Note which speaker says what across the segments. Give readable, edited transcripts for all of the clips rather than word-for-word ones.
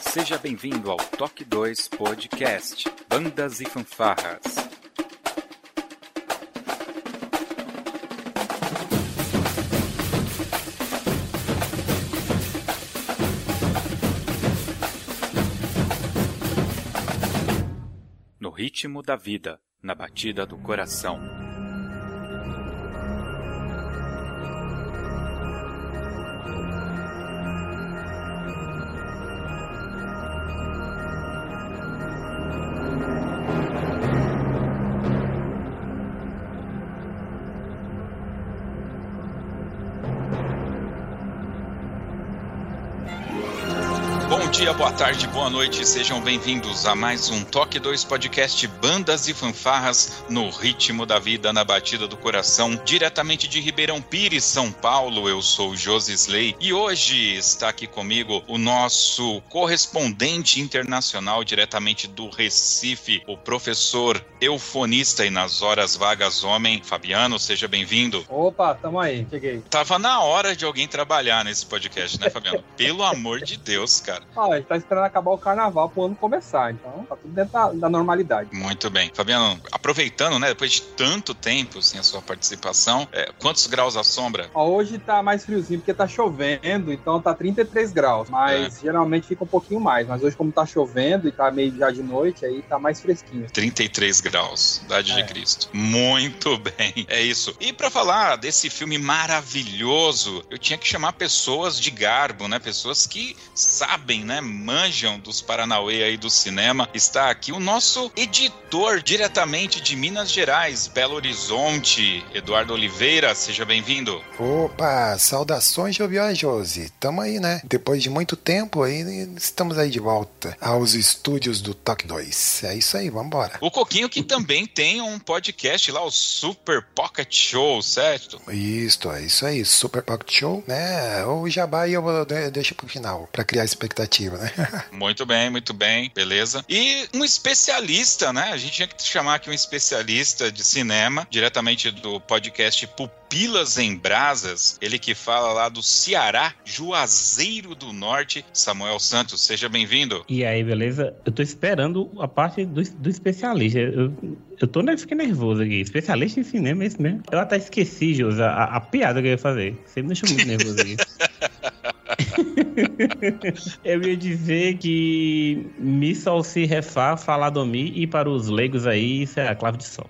Speaker 1: Seja bem-vindo ao Toque 2 Podcast, Bandas e Fanfarras. No ritmo da vida, na batida do coração. Bom dia, boa tarde, boa noite, sejam bem-vindos a mais um Toque 2 Podcast Bandas e Fanfarras no ritmo da vida, na batida do coração, diretamente de Ribeirão Pires, São Paulo. Eu sou o Josi Slay e hoje está aqui comigo o nosso correspondente internacional diretamente do Recife, o professor eufonista e nas horas vagas homem, Fabiano, seja bem-vindo.
Speaker 2: Opa, tamo aí, cheguei.
Speaker 1: Tava na hora de alguém trabalhar nesse podcast, né, Fabiano? Pelo amor de Deus, cara.
Speaker 2: A gente tá esperando acabar o carnaval pro ano começar, então tá tudo dentro da normalidade.
Speaker 1: Muito bem. Fabiano, aproveitando, né, depois de tanto tempo sem a sua participação, quantos graus à sombra?
Speaker 2: Hoje tá mais friozinho porque tá chovendo, então tá 33 graus, mas geralmente fica um pouquinho mais, mas hoje como tá chovendo e tá meio já de noite, aí tá mais fresquinho.
Speaker 1: 33 graus, idade de Cristo. Muito bem, é isso. E pra falar desse filme maravilhoso, eu tinha que chamar pessoas de garbo, né, pessoas que sabem, né, manjam dos Paranauê aí do cinema. Está aqui o nosso editor diretamente de Minas Gerais, Belo Horizonte, Eduardo Oliveira, seja bem-vindo.
Speaker 3: Opa, saudações, Josi. Tamo aí, né? Depois de muito tempo aí, estamos aí de volta aos estúdios do Toque 2. É isso aí, vambora.
Speaker 1: O Coquinho que também tem um podcast lá, o Super Pocket Show, certo?
Speaker 3: Isso, é isso aí, Super Pocket Show, né? O jabá eu deixo pro final, pra criar expectativa, né?
Speaker 1: Muito bem, beleza. E um especialista, né? A gente tinha que chamar aqui um especialista de cinema, diretamente do podcast Pupilas em Brasas, ele que fala lá do Ceará, Juazeiro do Norte, Samuel Santos, seja bem-vindo.
Speaker 4: E aí, beleza? Eu tô esperando a parte do especialista. Fiquei nervoso aqui. Especialista em cinema, é isso mesmo? Eu até esqueci, José, a piada que eu ia fazer. Você me deixou muito nervoso aqui. Eu ia dizer que mi sol si ré fá, fá do mi, e para os leigos aí isso é a clave de sol.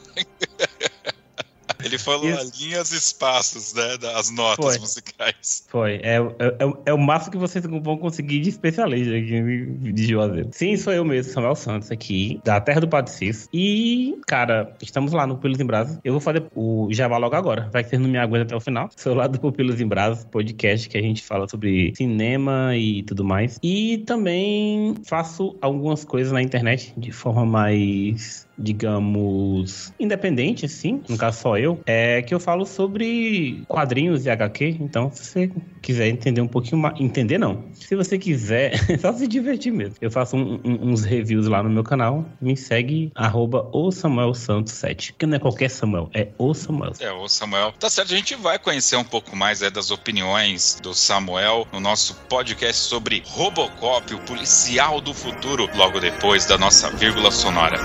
Speaker 1: Ele falou linhas e espaços, né, das notas musicais.
Speaker 4: Foi, é o máximo que vocês vão conseguir de especialista aqui de Juazeiro. Sim, sou eu mesmo, Samuel Santos, aqui, da terra do Padre Cis. E, cara, estamos lá no Pupilas em Brasas. Eu vou fazer o jabá logo agora, vai que vocês não me aguentam até o final. Sou lá do Pupilas em Brasas, podcast que a gente fala sobre cinema e tudo mais. E também faço algumas coisas na internet de forma mais, digamos, independente, assim, no caso só eu, que eu falo sobre quadrinhos e HQ. Então, se você quiser entender um pouquinho mais, entender não, se você quiser só se divertir mesmo, eu faço uns reviews lá no meu canal, me segue @osamuelsantos7, que não é qualquer Samuel, é o Samuel.
Speaker 1: É o Samuel, tá certo, a gente vai conhecer um pouco mais das opiniões do Samuel no nosso podcast sobre Robocop, o policial do futuro, logo depois da nossa vírgula sonora.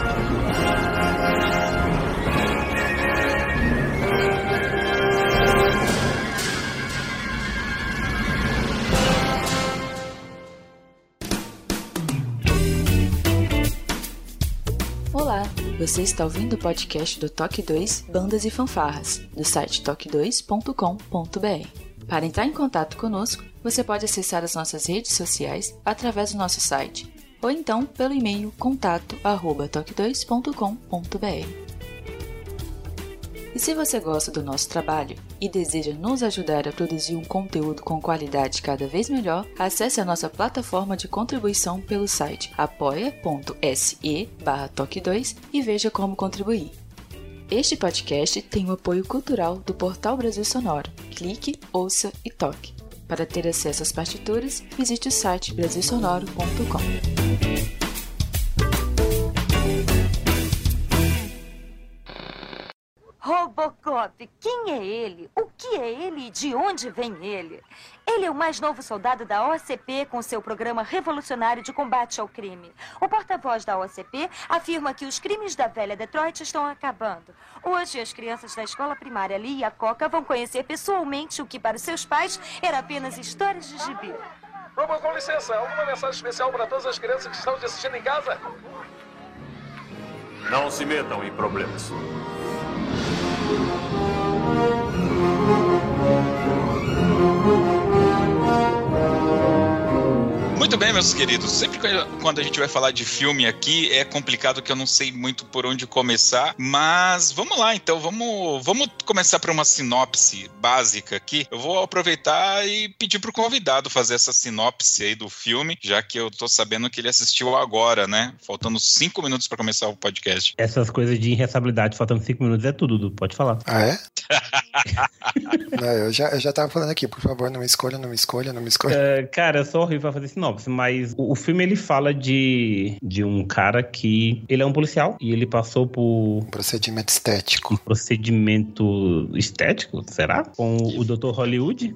Speaker 5: Olá, você está ouvindo o podcast do Toque 2 Bandas e Fanfarras, do site toque2.com.br. Para entrar em contato conosco, você pode acessar as nossas redes sociais através do nosso site, ou então pelo e-mail contato@toque2.com.br. E se você gosta do nosso trabalho e deseja nos ajudar a produzir um conteúdo com qualidade cada vez melhor, acesse a nossa plataforma de contribuição pelo site apoia.se/toque2 e veja como contribuir. Este podcast tem o apoio cultural do Portal Brasil Sonoro. Clique, ouça e toque. Para ter acesso às partituras, visite o site brasilsonoro.com.
Speaker 6: Robocop, quem é ele? O que é ele e de onde vem ele? Ele é o mais novo soldado da OCP com seu programa revolucionário de combate ao crime. O porta-voz da OCP afirma que os crimes da velha Detroit estão acabando. Hoje, as crianças da escola primária Lee e a Coca vão conhecer pessoalmente o que para seus pais era apenas histórias de gibi.
Speaker 7: Vamos, com licença, alguma mensagem especial para todas as crianças que estão te assistindo em casa?
Speaker 8: Não se metam em problemas.
Speaker 1: Muito bem, meus queridos. Sempre quando a gente vai falar de filme aqui, é complicado que eu não sei muito por onde começar, mas vamos lá, então. Vamos começar por uma sinopse básica aqui. Eu vou aproveitar e pedir pro convidado fazer essa sinopse aí do filme, já que eu tô sabendo que ele assistiu agora, né? Faltando 5 minutos pra começar o podcast.
Speaker 4: Essas coisas de irresponsabilidade, faltando 5 minutos, é tudo, Dudu. Pode falar.
Speaker 3: Ah, é? Não, eu já tava falando aqui, por favor, não me escolha.
Speaker 4: Cara, eu sou horrível pra fazer sinopse, mas o filme ele fala de um cara que ele é um policial e ele passou por
Speaker 3: um procedimento estético.
Speaker 4: Um procedimento estético, será? Com o Dr. Hollywood.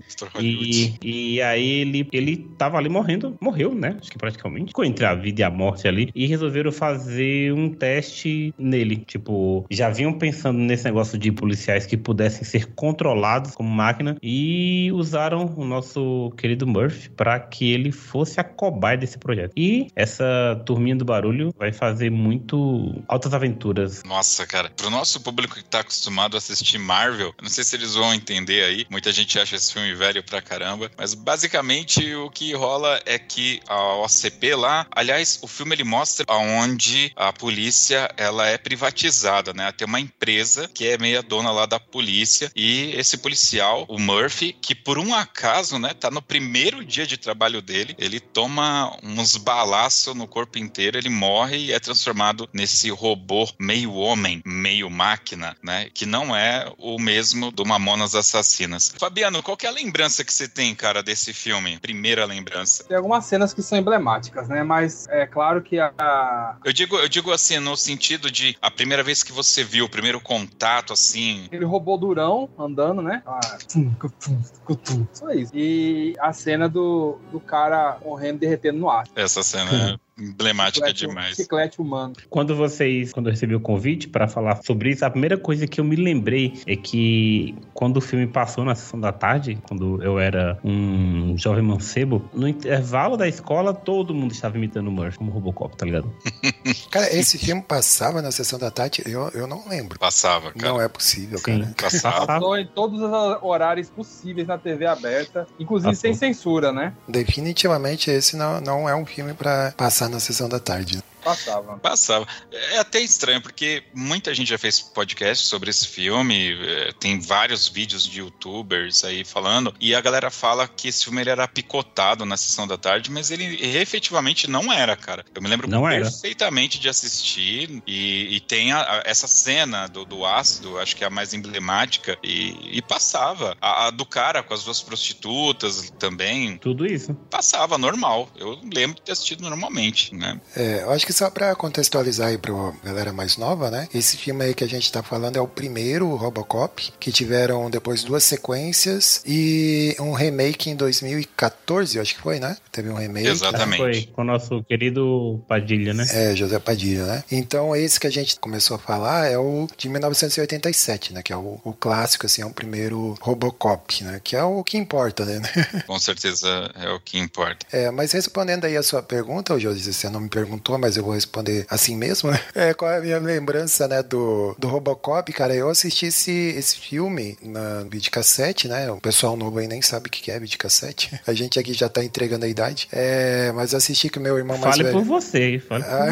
Speaker 4: E aí ele tava ali morreu, né? Acho que praticamente. Ficou entre a vida e a morte ali. E resolveram fazer um teste nele. Tipo, já vinham pensando nesse negócio de policiais que pudessem ser controlados como máquina e usaram o nosso querido Murphy para que ele fosse a cobaia desse projeto. E essa turminha do barulho vai fazer muito altas aventuras.
Speaker 1: Nossa, cara, pro nosso público que tá acostumado a assistir Marvel, eu não sei se eles vão entender aí, muita gente acha esse filme velho pra caramba, mas basicamente o que rola é que a OCP lá, aliás, o filme ele mostra aonde a polícia, ela é privatizada, né? Tem uma empresa que é meia dona lá da polícia e esse policial, o Murphy, que por um acaso, né, tá no primeiro dia de trabalho dele, ele toma uns balaços no corpo inteiro, ele morre e é transformado nesse robô meio homem, meio máquina, né, que não é o mesmo do Mamonas Assassinas. Fabiano, qual que é a lembrança que você tem, cara, desse filme? Primeira lembrança.
Speaker 2: Tem algumas cenas que são emblemáticas, né, mas é claro que
Speaker 1: Eu digo assim, no sentido de a primeira vez que você viu, o primeiro contato, assim...
Speaker 2: Aquele robô durão andando, né? Só isso. E a cena do cara morrendo, derretendo no ar.
Speaker 1: Essa cena é emblemática demais.
Speaker 2: Chiclete humano.
Speaker 4: Quando eu recebi o convite para falar sobre isso, a primeira coisa que eu me lembrei é que quando o filme passou na sessão da tarde, quando eu era um jovem mancebo, no intervalo da escola, todo mundo estava imitando o Murphy como Robocop, tá ligado?
Speaker 3: Cara, esse filme passava na sessão da tarde? Eu não lembro.
Speaker 1: Passava, cara.
Speaker 3: Não é possível,
Speaker 4: Sim.
Speaker 3: cara.
Speaker 2: Passou em todos os horários possíveis na TV aberta, inclusive sem censura, né?
Speaker 3: Definitivamente esse não é um filme pra passar na sessão da tarde.
Speaker 2: Passava.
Speaker 1: É até estranho, porque muita gente já fez podcast sobre esse filme, tem vários vídeos de youtubers aí falando, e a galera fala que esse filme ele era picotado na sessão da tarde, mas ele efetivamente não era, cara. Eu me lembro perfeitamente de assistir, e tem essa cena do ácido, acho que é a mais emblemática, e passava. A do cara com as duas prostitutas também.
Speaker 4: Tudo isso.
Speaker 1: Passava, normal. Eu lembro de ter assistido normalmente, né?
Speaker 3: Eu acho que só pra contextualizar aí pra galera mais nova, né? Esse filme aí que a gente tá falando é o primeiro Robocop, que tiveram depois 2 sequências e um remake em 2014, eu acho que foi, né? Teve um remake.
Speaker 1: Exatamente.
Speaker 4: Foi com o nosso querido Padilha, né?
Speaker 3: José Padilha, né? Então esse que a gente começou a falar é o de 1987, né? Que é o clássico, assim, é o primeiro Robocop, né? Que é o que importa, né?
Speaker 1: Com certeza é o que importa.
Speaker 3: Mas respondendo aí a sua pergunta, José, você não me perguntou, mas eu vou responder assim mesmo, né? Qual é a minha lembrança, né, do Robocop, cara? Eu assisti esse filme na videocassete, né? O pessoal novo aí nem sabe o que é videocassete. A gente aqui já tá entregando a idade. Mas eu assisti com o meu irmão mais velho.
Speaker 4: Fale por você.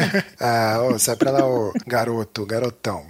Speaker 3: Sai pra lá, ô garotão.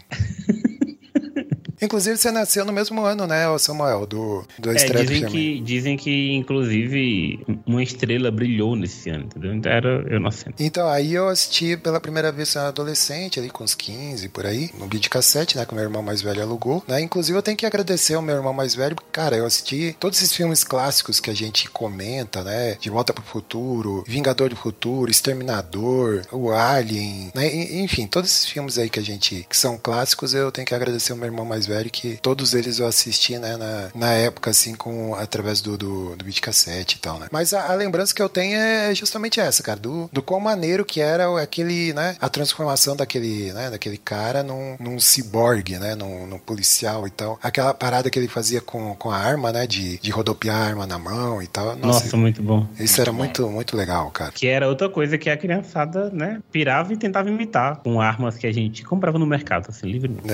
Speaker 3: Inclusive, você nasceu no mesmo ano, né, Samuel, do estreia do filme.
Speaker 4: Dizem que, inclusive, uma estrela brilhou nesse ano, entendeu? Então era eu nascendo.
Speaker 3: Então, aí eu assisti pela primeira vez adolescente, ali com uns 15, por aí, no videocassete, né, que o meu irmão mais velho alugou, né? Inclusive eu tenho que agradecer ao meu irmão mais velho, porque, cara, eu assisti todos esses filmes clássicos que a gente comenta, né? De Volta pro Futuro, Vingador do Futuro, Exterminador, o Alien, né? Enfim, todos esses filmes aí que são clássicos, eu tenho que agradecer ao meu irmão mais velho, que todos eles eu assisti, né, na época, assim, através do videocassete e tal, né? Mas a lembrança que eu tenho é justamente essa, cara, do quão maneiro que era aquele, né, a transformação daquele cara num ciborgue, né, num policial e tal. Aquela parada que ele fazia com a arma, né, de rodopiar a arma na mão e tal.
Speaker 4: Nossa, muito bom.
Speaker 3: Isso era muito, muito legal, cara.
Speaker 4: Que era outra coisa que a criançada, né, pirava e tentava imitar com armas que a gente comprava no mercado, assim, livremente.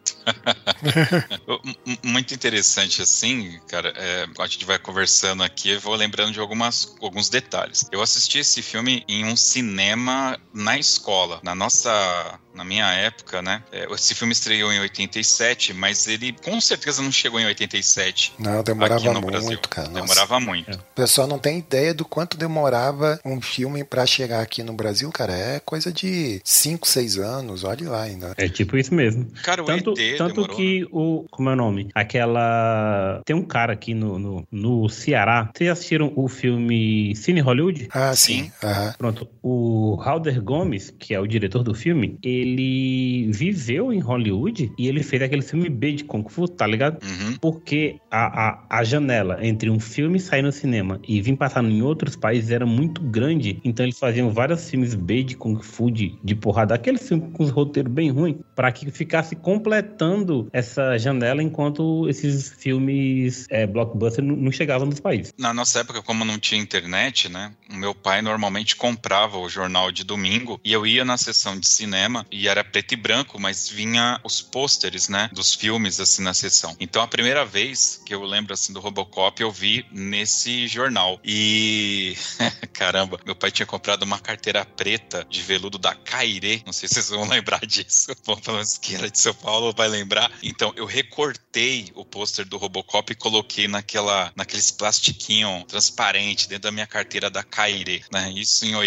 Speaker 1: Muito interessante, assim, cara. A gente vai conversando aqui, eu vou lembrando de alguns detalhes. Eu assisti esse filme em um cinema na escola, na minha época, né? Esse filme estreou em 87, mas ele com certeza não chegou em 87.
Speaker 3: Não, demorava
Speaker 1: aqui no
Speaker 3: muito,
Speaker 1: Brasil.
Speaker 3: cara. Nossa.
Speaker 1: Demorava muito.
Speaker 3: O pessoal não tem ideia do quanto demorava um filme pra chegar aqui no Brasil, cara. É coisa de 5, 6 anos, olha lá ainda.
Speaker 4: É tipo isso mesmo.
Speaker 1: Cara,
Speaker 4: tanto
Speaker 1: demorou,
Speaker 4: que como é o nome? Tem um cara aqui no Ceará. Vocês assistiram o filme Cine Hollywood?
Speaker 3: Ah, sim.
Speaker 4: Pronto. O Halder Gomes, que é o diretor do filme, ele viveu em Hollywood e ele fez aquele filme B de Kung Fu, tá ligado?
Speaker 1: Uhum.
Speaker 4: Porque a janela entre um filme sair no cinema e vir passar em outros países era muito grande. Então eles faziam vários filmes B de Kung Fu, de porrada. Aquele filme com os roteiros bem ruins, para que ficasse completando essa janela enquanto esses filmes blockbuster não chegavam nos países.
Speaker 1: Na nossa época, como não tinha internet, né? O meu pai normalmente comprava o jornal de domingo e eu ia na sessão de cinema e era preto e branco, mas vinha os pôsteres, né? Dos filmes, assim, na sessão. Então, a primeira vez que eu lembro, assim, do Robocop, eu vi nesse jornal. E... caramba, meu pai tinha comprado uma carteira preta de veludo da Cairê. Não sei se vocês vão lembrar disso. Bom, pelo menos quem era de São Paulo vai lembrar. Então, eu recortei o pôster do Robocop e coloquei naqueles plastiquinhos transparentes dentro da minha carteira da Cairê, né? Isso em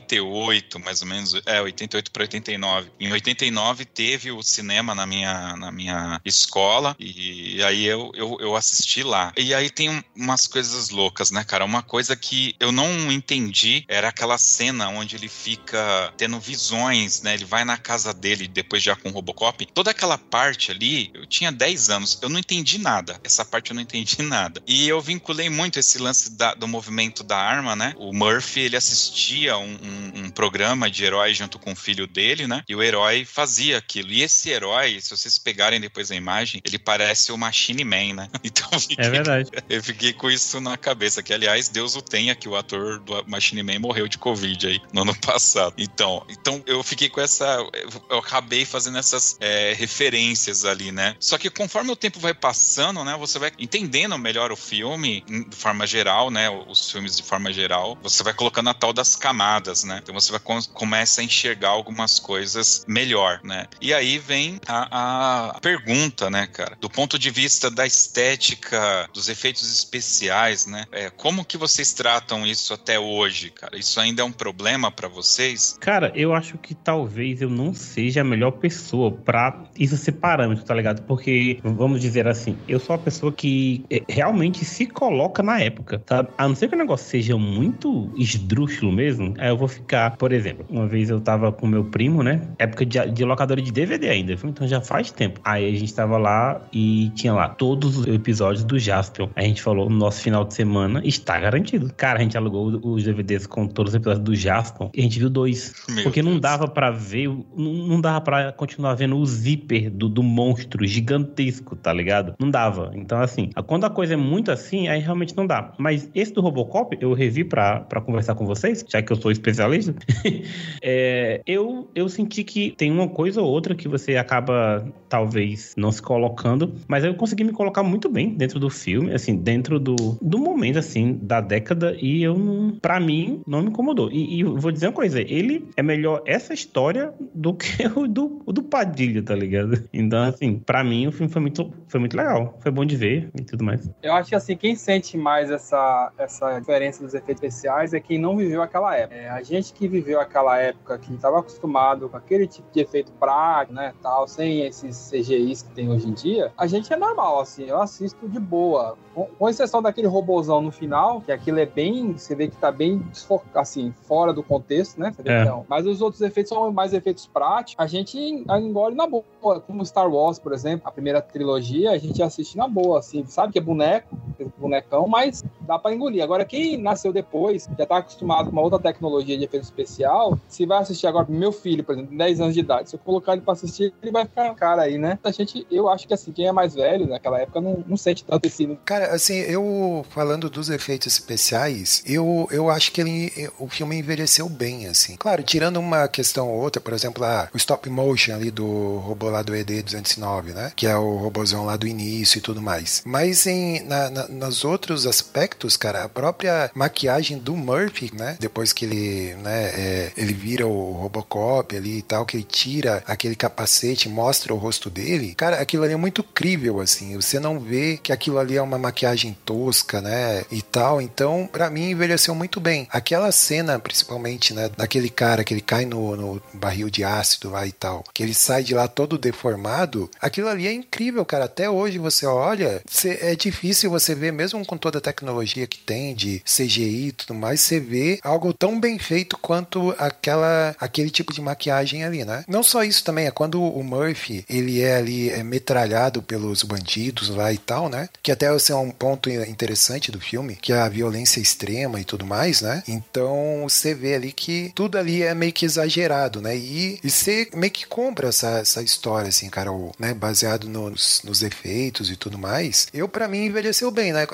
Speaker 1: 88, mais ou menos. 88 para 89. Em 89 teve o cinema na minha escola e aí eu assisti lá. E aí tem umas coisas loucas, né, cara? Uma coisa que eu não entendi era aquela cena onde ele fica tendo visões, né? Ele vai na casa dele depois já com o Robocop. Toda aquela parte ali, eu tinha 10 anos, eu não entendi nada. Essa parte eu não entendi nada. E eu vinculei muito esse lance do movimento da arma, né? O Murphy, ele assistia um programa de herói junto com o filho dele, né? E o herói fazia aquilo. E esse herói, se vocês pegarem depois a imagem, ele parece o Machine Man, né? Então
Speaker 4: é verdade.
Speaker 1: Eu fiquei com isso na cabeça, que aliás, Deus o tenha, que o ator do Machine Man morreu de Covid aí no ano passado. Então eu fiquei com eu acabei fazendo essas referências ali, né? Só que conforme o tempo vai passando, né? Você vai entendendo melhor o filme de forma geral, né? Os filmes de forma geral, você vai colocando a tal das camadas, né? Então você começa a enxergar algumas coisas melhor, né? E aí vem a pergunta, né, cara? Do ponto de vista da estética, dos efeitos especiais, né? Como que vocês tratam isso até hoje, cara? Isso ainda é um problema pra vocês?
Speaker 4: Cara, eu acho que talvez eu não seja a melhor pessoa pra isso ser parâmetro, tá ligado? Porque, vamos dizer assim, eu sou uma pessoa que realmente se coloca na época, tá? A não ser que o negócio seja muito esdrúxulo mesmo, aí eu vou ficar, por exemplo, uma vez eu tava com meu primo, né? Época de locadora de DVD ainda, então já faz tempo. Aí a gente tava lá e tinha lá todos os episódios do Jaspion. A gente falou, no nosso final de semana está garantido. Cara, a gente alugou os DVDs com todos os episódios do Jaspion e a gente viu 2. Porque não dava pra ver, não dava pra continuar vendo o zíper do monstro gigantesco, tá ligado? Não dava. Então, assim, quando a coisa é muito assim, aí realmente não dá. Mas esse do Robocop, eu revi pra conversar com vocês, já que eu sou especialista. Eu senti que tem uma coisa ou outra que você acaba, talvez, não se colocando, mas eu consegui me colocar muito bem dentro do filme, assim, dentro do momento, assim, da década, e pra mim, não me incomodou. E eu vou dizer uma coisa, ele é melhor essa história do que o do Padilha, tá ligado? Então, assim, pra mim o filme foi muito legal. Foi bom de ver e tudo mais.
Speaker 2: Eu acho que assim, quem sente mais essa diferença dos efeitos especiais é quem não viveu aquela época. A gente que viveu aquela época, que estava acostumado com aquele tipo de efeito prático, né, tal, sem esses CGIs que tem hoje em dia, a gente é normal, assim, eu assisto de boa. Com exceção daquele robozão no final, que aquilo é bem, você vê que tá bem, assim, fora do contexto, né? Você vê que não. Mas os outros efeitos são mais efeitos práticos, a gente engole na boa. Como Star Wars, por exemplo, a primeira trilogia, a gente assiste na boa, assim, sabe que é bonecão, mas dá pra engolir. Agora, quem nasceu depois, já tá acostumado com uma outra tecnologia de efeito especial, se vai assistir agora, meu filho, por exemplo, 10 anos de idade, se eu colocar ele pra assistir, ele vai ficar cara aí, né? Eu acho que assim, quem é mais velho naquela época não sente tanto esse...
Speaker 3: Cara, assim, eu falando dos efeitos especiais, eu acho que o filme envelheceu bem, assim. Claro, tirando uma questão ou outra, por exemplo, o stop motion ali do robô lá do ED-209, né? Que é o robôzão lá do início e tudo mais. Mas nos outros aspectos, cara, a própria maquiagem do Murphy, né? Depois que ele, né, ele vira o Robocop ali e tal, que ele tira aquele capacete, mostra o rosto dele, cara, aquilo ali é muito crível, assim. Você não vê que aquilo ali é uma maquiagem tosca, né? E tal. Então, pra mim, envelheceu muito bem. Aquela cena, principalmente, né? Daquele cara que ele cai no barril de ácido lá e tal, que ele sai de lá todo deformado, aquilo ali é incrível, cara. Até hoje você olha, é difícil você ver, mesmo com toda a tecnologia que tem de CGI e tudo mais, você vê algo tão bem feito quanto aquele tipo de maquiagem ali, né? Não só isso também, é quando o Murphy, ele é ali metralhado pelos bandidos lá e tal, né? Que até esse é um ponto interessante do filme, que é a violência extrema e tudo mais, né? Então você vê ali que tudo ali é meio que exagerado, né? E você meio que compra essa história, assim, cara, né? Baseado nos efeitos e tudo mais. Pra mim, envelheceu bem, né?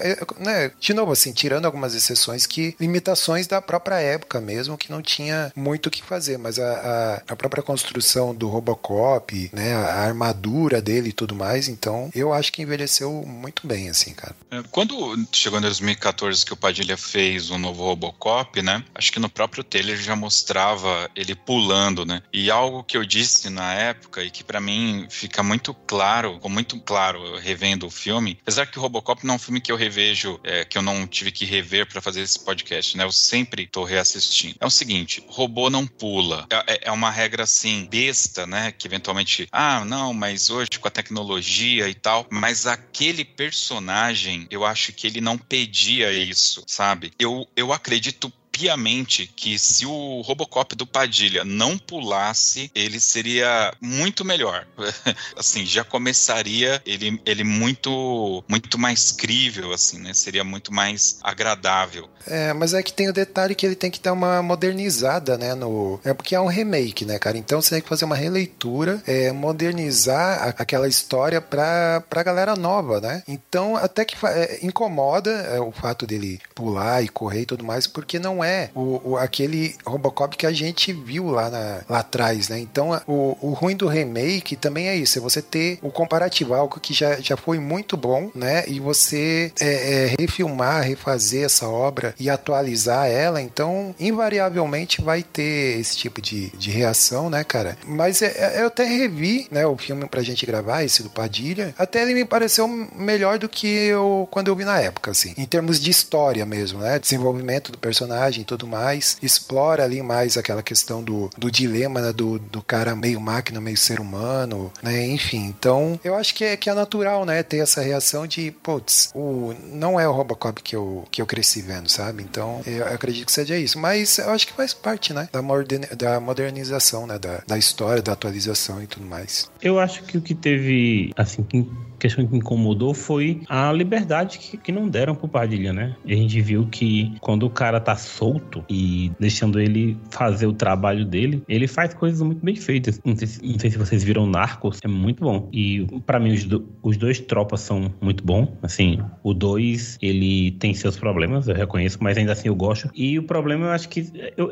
Speaker 3: De novo, assim, tirando algumas exceções, que limitações da própria época mesmo, que não tinha muito o que fazer, mas a própria construção do Robocop, né? A armadura dele e tudo mais, então eu acho que envelheceu muito bem, assim, cara.
Speaker 1: Quando chegou em 2014 que o Padilha fez o novo Robocop, né? Acho que no próprio trailer já mostrava ele pulando, né? E algo que eu disse na época e que pra mim fica muito claro, revendo o filme, apesar que o Robocop não é um filme que eu revejo, que eu não tive que rever pra fazer esse podcast, né? Eu sempre tô reassistindo. É o seguinte, robô não pula. É uma regra, assim, besta, né? Que eventualmente, não, mas hoje com a tecnologia e tal, mas aquele personagem, eu acho que ele não pedia isso, sabe? Eu acredito piamente que se o Robocop do Padilha não pulasse, ele seria muito melhor. Assim, já começaria ele muito, muito mais crível, assim, né? Seria muito mais agradável.
Speaker 3: Mas é que tem o detalhe que ele tem que dar uma modernizada, né? Porque é um remake, né, cara? Então você tem que fazer uma releitura, modernizar aquela história pra galera nova, né? Então até que incomoda o fato dele pular e correr e tudo mais, porque não é aquele Robocop que a gente viu lá atrás, né? Então o ruim do remake também é isso, é você ter o comparativo, algo que já foi muito bom, né? E você refilmar, refazer essa obra e atualizar ela, então invariavelmente vai ter esse tipo de reação, né, cara? Mas eu até revi, né, o filme pra gente gravar, esse do Padilha, até ele me pareceu melhor do que quando eu vi na época, assim, em termos de história mesmo, né? Desenvolvimento do personagem e tudo mais, explora ali mais aquela questão do dilema, né, do cara meio máquina, meio ser humano, né, enfim, então eu acho que é natural, né, ter essa reação de, putz, não é o Robocop que eu cresci vendo, sabe, então eu acredito que seja isso, mas eu acho que faz parte, né, da modernização, né, da história, da atualização e tudo mais.
Speaker 4: Eu acho que o que teve, assim, questão que incomodou foi a liberdade que não deram pro Padilha, né? E a gente viu que quando o cara tá solto e deixando ele fazer o trabalho dele, ele faz coisas muito bem feitas. Não sei se vocês viram Narcos, é muito bom. E pra mim os dois tropas são muito bons. Assim, o 2, ele tem seus problemas, eu reconheço, mas ainda assim eu gosto. E o problema, eu acho que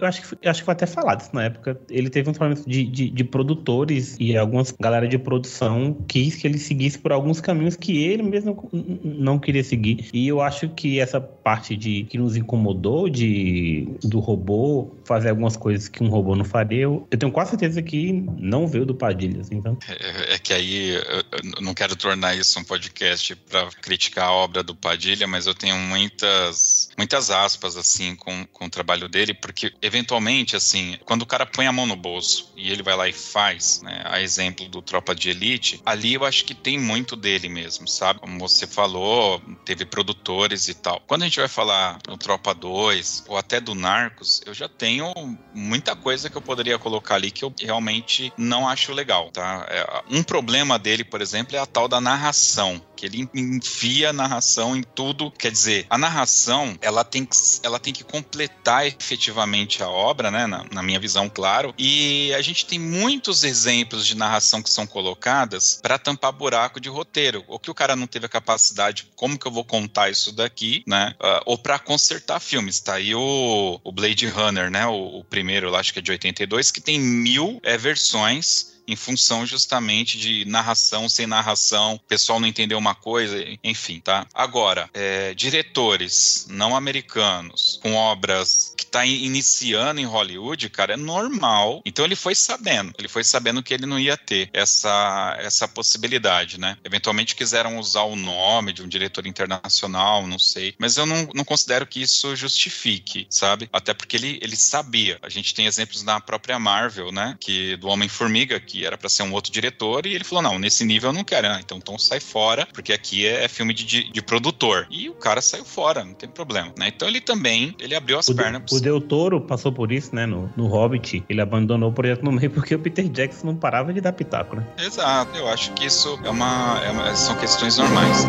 Speaker 4: foi até falado isso na época, ele teve um problema de produtores e algumas galera de produção quis que ele seguisse por alguns caminhos que ele mesmo não queria seguir. E eu acho que essa parte que nos incomodou do robô fazer algumas coisas que um robô não faria, eu tenho quase certeza que não veio do Padilha, assim, então.
Speaker 1: É que aí eu não quero tornar isso um podcast para criticar a obra do Padilha, mas eu tenho muitas aspas, assim, com o trabalho dele, porque, eventualmente, assim, quando o cara põe a mão no bolso e ele vai lá e faz, né, a exemplo do Tropa de Elite, ali eu acho que tem muito dele mesmo, sabe? Como você falou, teve produtores e tal. Quando a gente vai falar do Tropa 2 ou até do Narcos, eu já tenho muita coisa que eu poderia colocar ali que eu realmente não acho legal, tá? Um problema dele, por exemplo, é a tal da narração, que ele enfia a narração em tudo. Quer dizer, a narração, ela tem que completar efetivamente a obra, né? Na minha visão, claro. E a gente tem muitos exemplos de narração que são colocadas para tampar buraco de roteiro. Ou que o cara não teve a capacidade, como que eu vou contar isso daqui, né? Ou para consertar filmes. Tá aí o Blade Runner, né? O primeiro, eu acho que é de 82, que tem 1000 versões em função justamente de narração sem narração, o pessoal não entendeu uma coisa, enfim, tá? Agora, diretores não americanos com obras que tá iniciando em Hollywood, cara, é normal. Então ele foi sabendo que ele não ia ter essa possibilidade, né? Eventualmente quiseram usar o nome de um diretor internacional, não sei, mas eu não considero que isso justifique, sabe? Até porque ele sabia. A gente tem exemplos na própria Marvel, né? Do Homem-Formiga, que era pra ser um outro diretor, e ele falou, não, nesse nível eu não quero, né? Então sai fora, porque aqui é filme de produtor. E o cara saiu fora, não tem problema, né? Então ele abriu as pernas.
Speaker 4: O Del Toro passou por isso, né? No Hobbit, ele abandonou o projeto no meio porque o Peter Jackson não parava de dar pitaco, né?
Speaker 1: Exato, eu acho que isso são questões normais.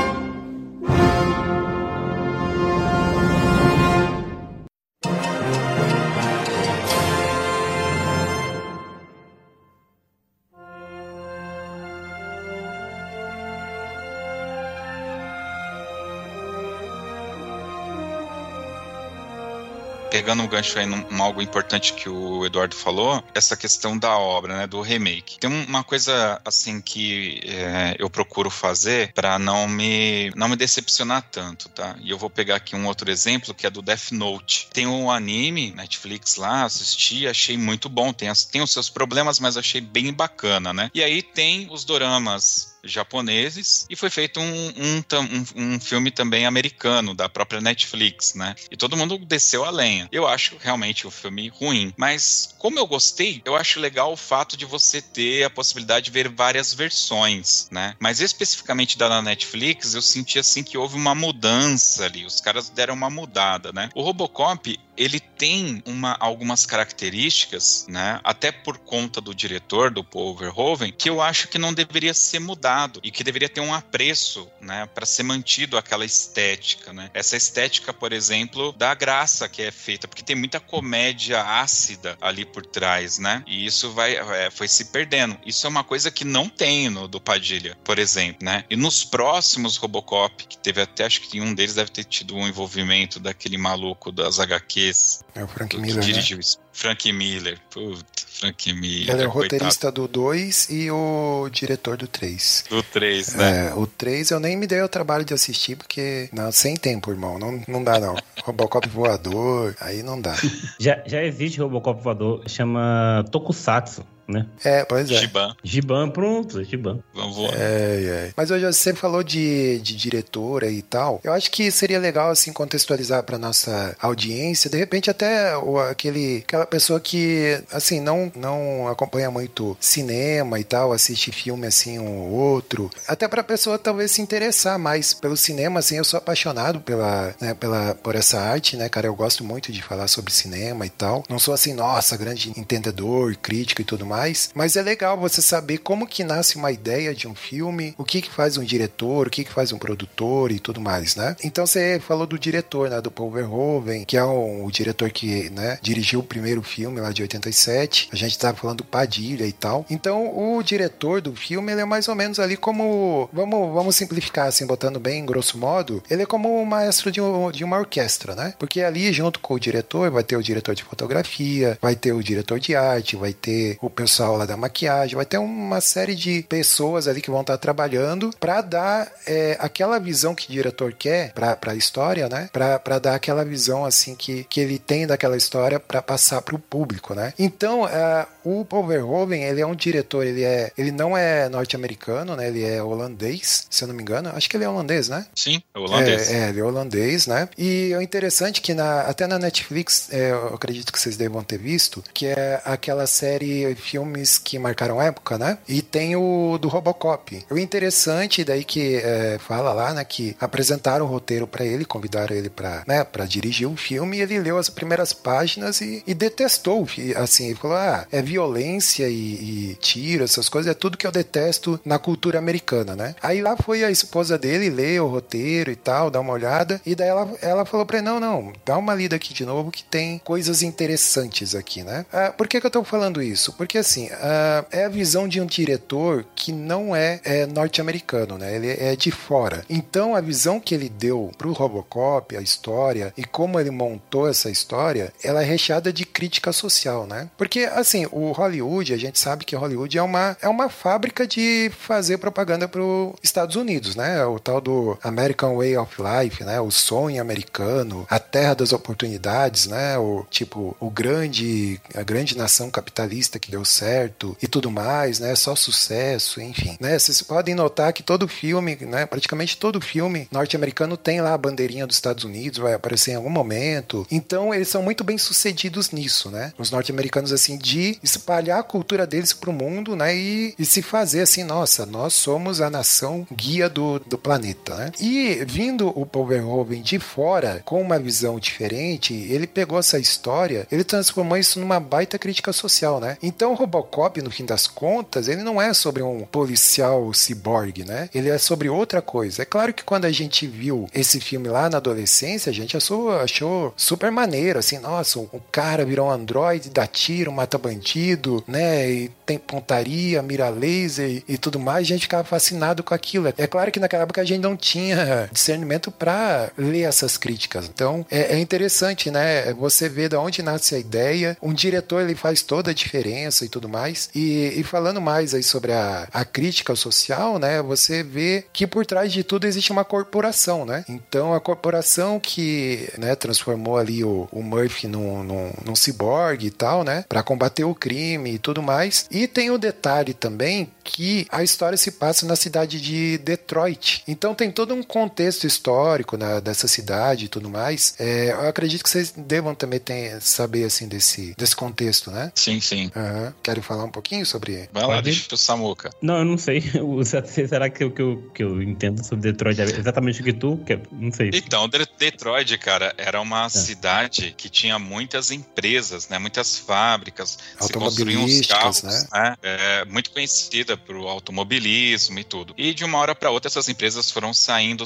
Speaker 1: Pegando um gancho aí num algo importante que o Eduardo falou, essa questão da obra, né, do remake. Tem uma coisa, assim, que eu procuro fazer para não me decepcionar tanto, tá? E eu vou pegar aqui um outro exemplo, que é do Death Note. Tem um anime, Netflix lá, assisti, achei muito bom. Tem os seus problemas, mas achei bem bacana, né? E aí tem os doramas japoneses, e foi feito um filme também americano, da própria Netflix, né? E todo mundo desceu a lenha. Eu acho realmente o filme ruim, mas como eu gostei, eu acho legal o fato de você ter a possibilidade de ver várias versões, né? Mas especificamente da Netflix, eu senti assim que houve uma mudança ali, os caras deram uma mudada, né? O Robocop, ele tem algumas características, né? Até por conta do diretor, do Paul Verhoeven, que eu acho que não deveria ser mudado e que deveria ter um apreço, né, para ser mantido aquela estética, né? Essa estética, por exemplo, da graça que é feita, porque tem muita comédia ácida ali por trás, né? E isso foi se perdendo. Isso é uma coisa que não tem no do Padilha, por exemplo, né? E nos próximos Robocop, que teve até, acho que um deles deve ter tido um envolvimento daquele maluco das HQs.
Speaker 3: É o Frank Miller, que dirigiu
Speaker 1: isso. Frank Miller. Frank Miller.
Speaker 3: Ele é o roteirista do 2 e o diretor do 3.
Speaker 1: Do 3, né?
Speaker 3: O 3 eu nem me dei o trabalho de assistir, porque sem tempo, irmão. Não dá, não. Robocop voador, aí não dá.
Speaker 4: Já existe Robocop voador, chama Tokusatsu, né?
Speaker 3: Pois é.
Speaker 4: Giban, pronto, Giban.
Speaker 1: Vamos voar.
Speaker 3: Mas hoje você falou de diretora e tal. Eu acho que seria legal, assim, contextualizar pra nossa audiência, de repente até aquela pessoa que, assim, não acompanha muito cinema e tal, assiste filme, assim, um ou outro. Até pra pessoa talvez se interessar mais pelo cinema, assim, eu sou apaixonado por essa arte, né, cara? Eu gosto muito de falar sobre cinema e tal. Não sou, assim, nossa, grande entendedor, crítico e tudo mais, mas é legal você saber como que nasce uma ideia de um filme, o que faz um diretor, o que faz um produtor e tudo mais, né? Então você falou do diretor, né, do Paul Verhoeven, que é o diretor que, né, dirigiu o primeiro filme lá de 87, a gente estava falando do Padilha e tal. Então o diretor do filme, ele é mais ou menos ali como, vamos simplificar assim, botando bem grosso modo, ele é como o maestro de uma orquestra, né? Porque ali junto com o diretor vai ter o diretor de fotografia, vai ter o diretor de arte, vai ter o pessoal lá da maquiagem, vai ter uma série de pessoas ali que vão estar trabalhando para dar aquela visão que o diretor quer para a história, né? Para dar aquela visão assim que ele tem daquela história para passar para o público, né? Então, o Paul Verhoeven, ele é um diretor, ele não é norte-americano, né? Ele é holandês, se eu não me engano. Acho que ele é holandês, né?
Speaker 1: Sim, é holandês.
Speaker 3: Ele é holandês, né? E é interessante que até na Netflix, eu acredito que vocês devam ter visto, que é aquela série filmes que marcaram época, né? E tem o do Robocop. O interessante daí que fala lá, né, que apresentaram o roteiro para ele, convidaram ele para dirigir o filme, e ele leu as primeiras páginas e detestou, assim, ele falou, é violência e tiro, essas coisas, é tudo que eu detesto na cultura americana, né? Aí lá foi a esposa dele ler o roteiro e tal, dar uma olhada, e daí ela falou pra ele, não, dá uma lida aqui de novo que tem coisas interessantes aqui, né? Por que eu tô falando isso? Porque assim, é a visão de um diretor que não é norte-americano, né? Ele é de fora. Então a visão que ele deu pro Robocop, a história, e como ele montou essa história, ela é recheada de crítica social, né? Porque assim, o Hollywood, a gente sabe que Hollywood é uma fábrica de fazer propaganda pros Estados Unidos, né? O tal do American Way of Life, né? O sonho americano, a terra das oportunidades, né? A grande nação capitalista que deu certo e tudo mais, né? Só sucesso, enfim, né? Vocês podem notar que todo filme, né? Praticamente todo filme norte-americano tem lá a bandeirinha dos Estados Unidos, vai aparecer em algum momento. Então, eles são muito bem sucedidos nisso, né? Os norte-americanos, assim, de espalhar a cultura deles pro mundo, né? E se fazer assim, nossa, nós somos a nação guia do planeta, né? E vindo o Paul Verhoeven de fora, com uma visão diferente, ele pegou essa história, ele transformou isso numa baita crítica social, né? Então, o Robocop, no fim das contas, ele não é sobre um policial ciborgue, né? Ele é sobre outra coisa. É claro que quando a gente viu esse filme lá na adolescência, a gente achou super maneiro, assim, nossa, o cara virou um androide, dá tiro, mata bandido, né? E tem pontaria, mira laser e tudo mais, a gente ficava fascinado com aquilo. É claro que naquela época a gente não tinha discernimento para ler essas críticas. Então, é interessante, né? Você vê de onde nasce a ideia. Um diretor, ele faz toda a diferença e tudo mais. E falando mais aí sobre a crítica social, né? Você vê que por trás de tudo existe uma corporação, né? Então, a corporação que, né, transformou ali o Murphy num ciborgue e tal, né? Para combater o crime e tudo mais. E tem o detalhe também que a história se passa na cidade de Detroit. Então tem todo um contexto histórico, né, dessa cidade e tudo mais. Eu acredito que vocês devam também saber assim desse contexto, né?
Speaker 1: Sim.
Speaker 3: Uhum. Querem falar um pouquinho sobre...
Speaker 1: Vai lá, deixa o Samuca.
Speaker 4: Não, eu não sei. Será que eu entendo sobre Detroit é exatamente o que tu? Não sei.
Speaker 1: Então, Detroit, cara, era uma cidade que tinha muitas empresas, né? Muitas fábricas. Se construíam os carros, né? Muito conhecida pro automobilismo e tudo. E de uma hora para outra essas empresas foram saindo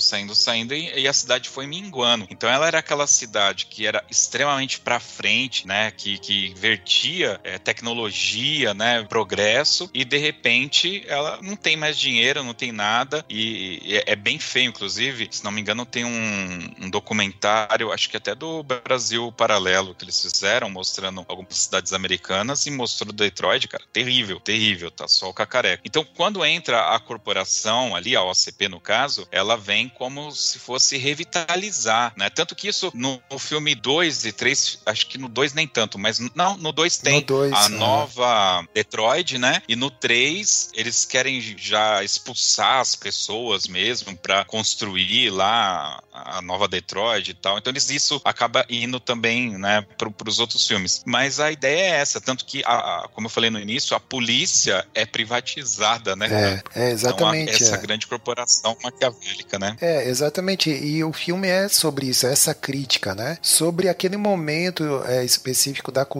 Speaker 1: e a cidade foi minguando. Então ela era aquela cidade que era extremamente para frente, né? Que vertia tecnologia, né? Progresso, e de repente ela não tem mais dinheiro, não tem nada, e é bem feio, inclusive, se não me engano tem um documentário, acho que até do Brasil Paralelo, que eles fizeram, mostrando algumas cidades americanas, e mostrou Detroit, cara, terrível, tá só o cacareco. Então, quando entra a corporação ali, a OCP no caso, ela vem como se fosse revitalizar, né? Tanto que isso no filme 2 e 3, acho que no 2 nem tanto, mas não, no 2 tem a nova Detroit, né? E no 3, eles querem já expulsar as pessoas mesmo pra construir lá a nova Detroit e tal. Então, isso acaba indo também, né, pros outros filmes. Mas a ideia é essa, tanto que, como eu falei no início, a polícia é privatizada, né?
Speaker 3: Exatamente.
Speaker 1: Então, essa grande corporação maquiavélica, né?
Speaker 3: Exatamente. E o filme é sobre isso, essa crítica, né? Sobre aquele momento específico da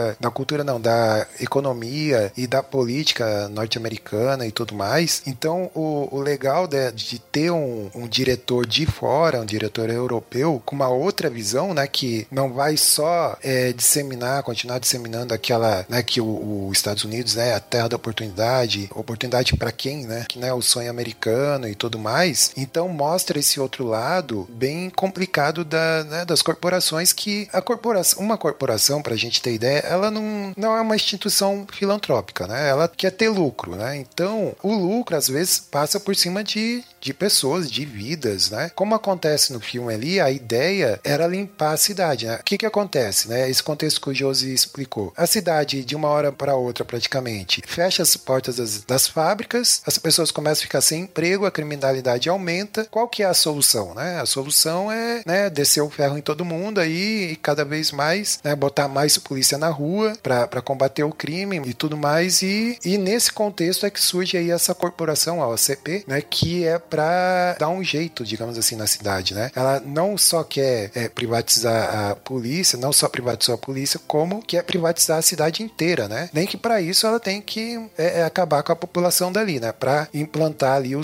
Speaker 3: da economia e da política norte-americana e tudo mais. Então, o legal de ter um diretor de fora, um diretor europeu, com uma outra visão, né, que não vai só continuar disseminando aquela, né, que os Estados Unidos, né, a terra da oportunidade para quem, né, que não é o sonho americano e tudo mais. Então mostra esse outro lado bem complicado das corporações, que uma corporação, pra gente ter ideia, ela não é uma instituição filantrópica, né? Ela quer ter lucro, né? Então, o lucro, às vezes, passa por cima de pessoas, de vidas, né? Como acontece no filme ali, a ideia era limpar a cidade, né? O que acontece, né? Esse contexto que o Josi explicou. A cidade, de uma hora para outra, praticamente, fecha as portas das fábricas, as pessoas começam a ficar sem emprego, a criminalidade aumenta. Qual que é a solução, né? A solução é, né, descer o ferro em todo mundo aí e cada vez mais, né, botar mais polícia na rua para combater o crime e tudo mais. E nesse contexto é que surge aí essa corporação, a OCP, né, que é para dar um jeito, digamos assim, na cidade, né? Ela não só quer privatizar a polícia, não só privatizou a polícia, como quer privatizar a cidade inteira, né? Nem que para isso ela tem que acabar com a população dali, né? Para implantar ali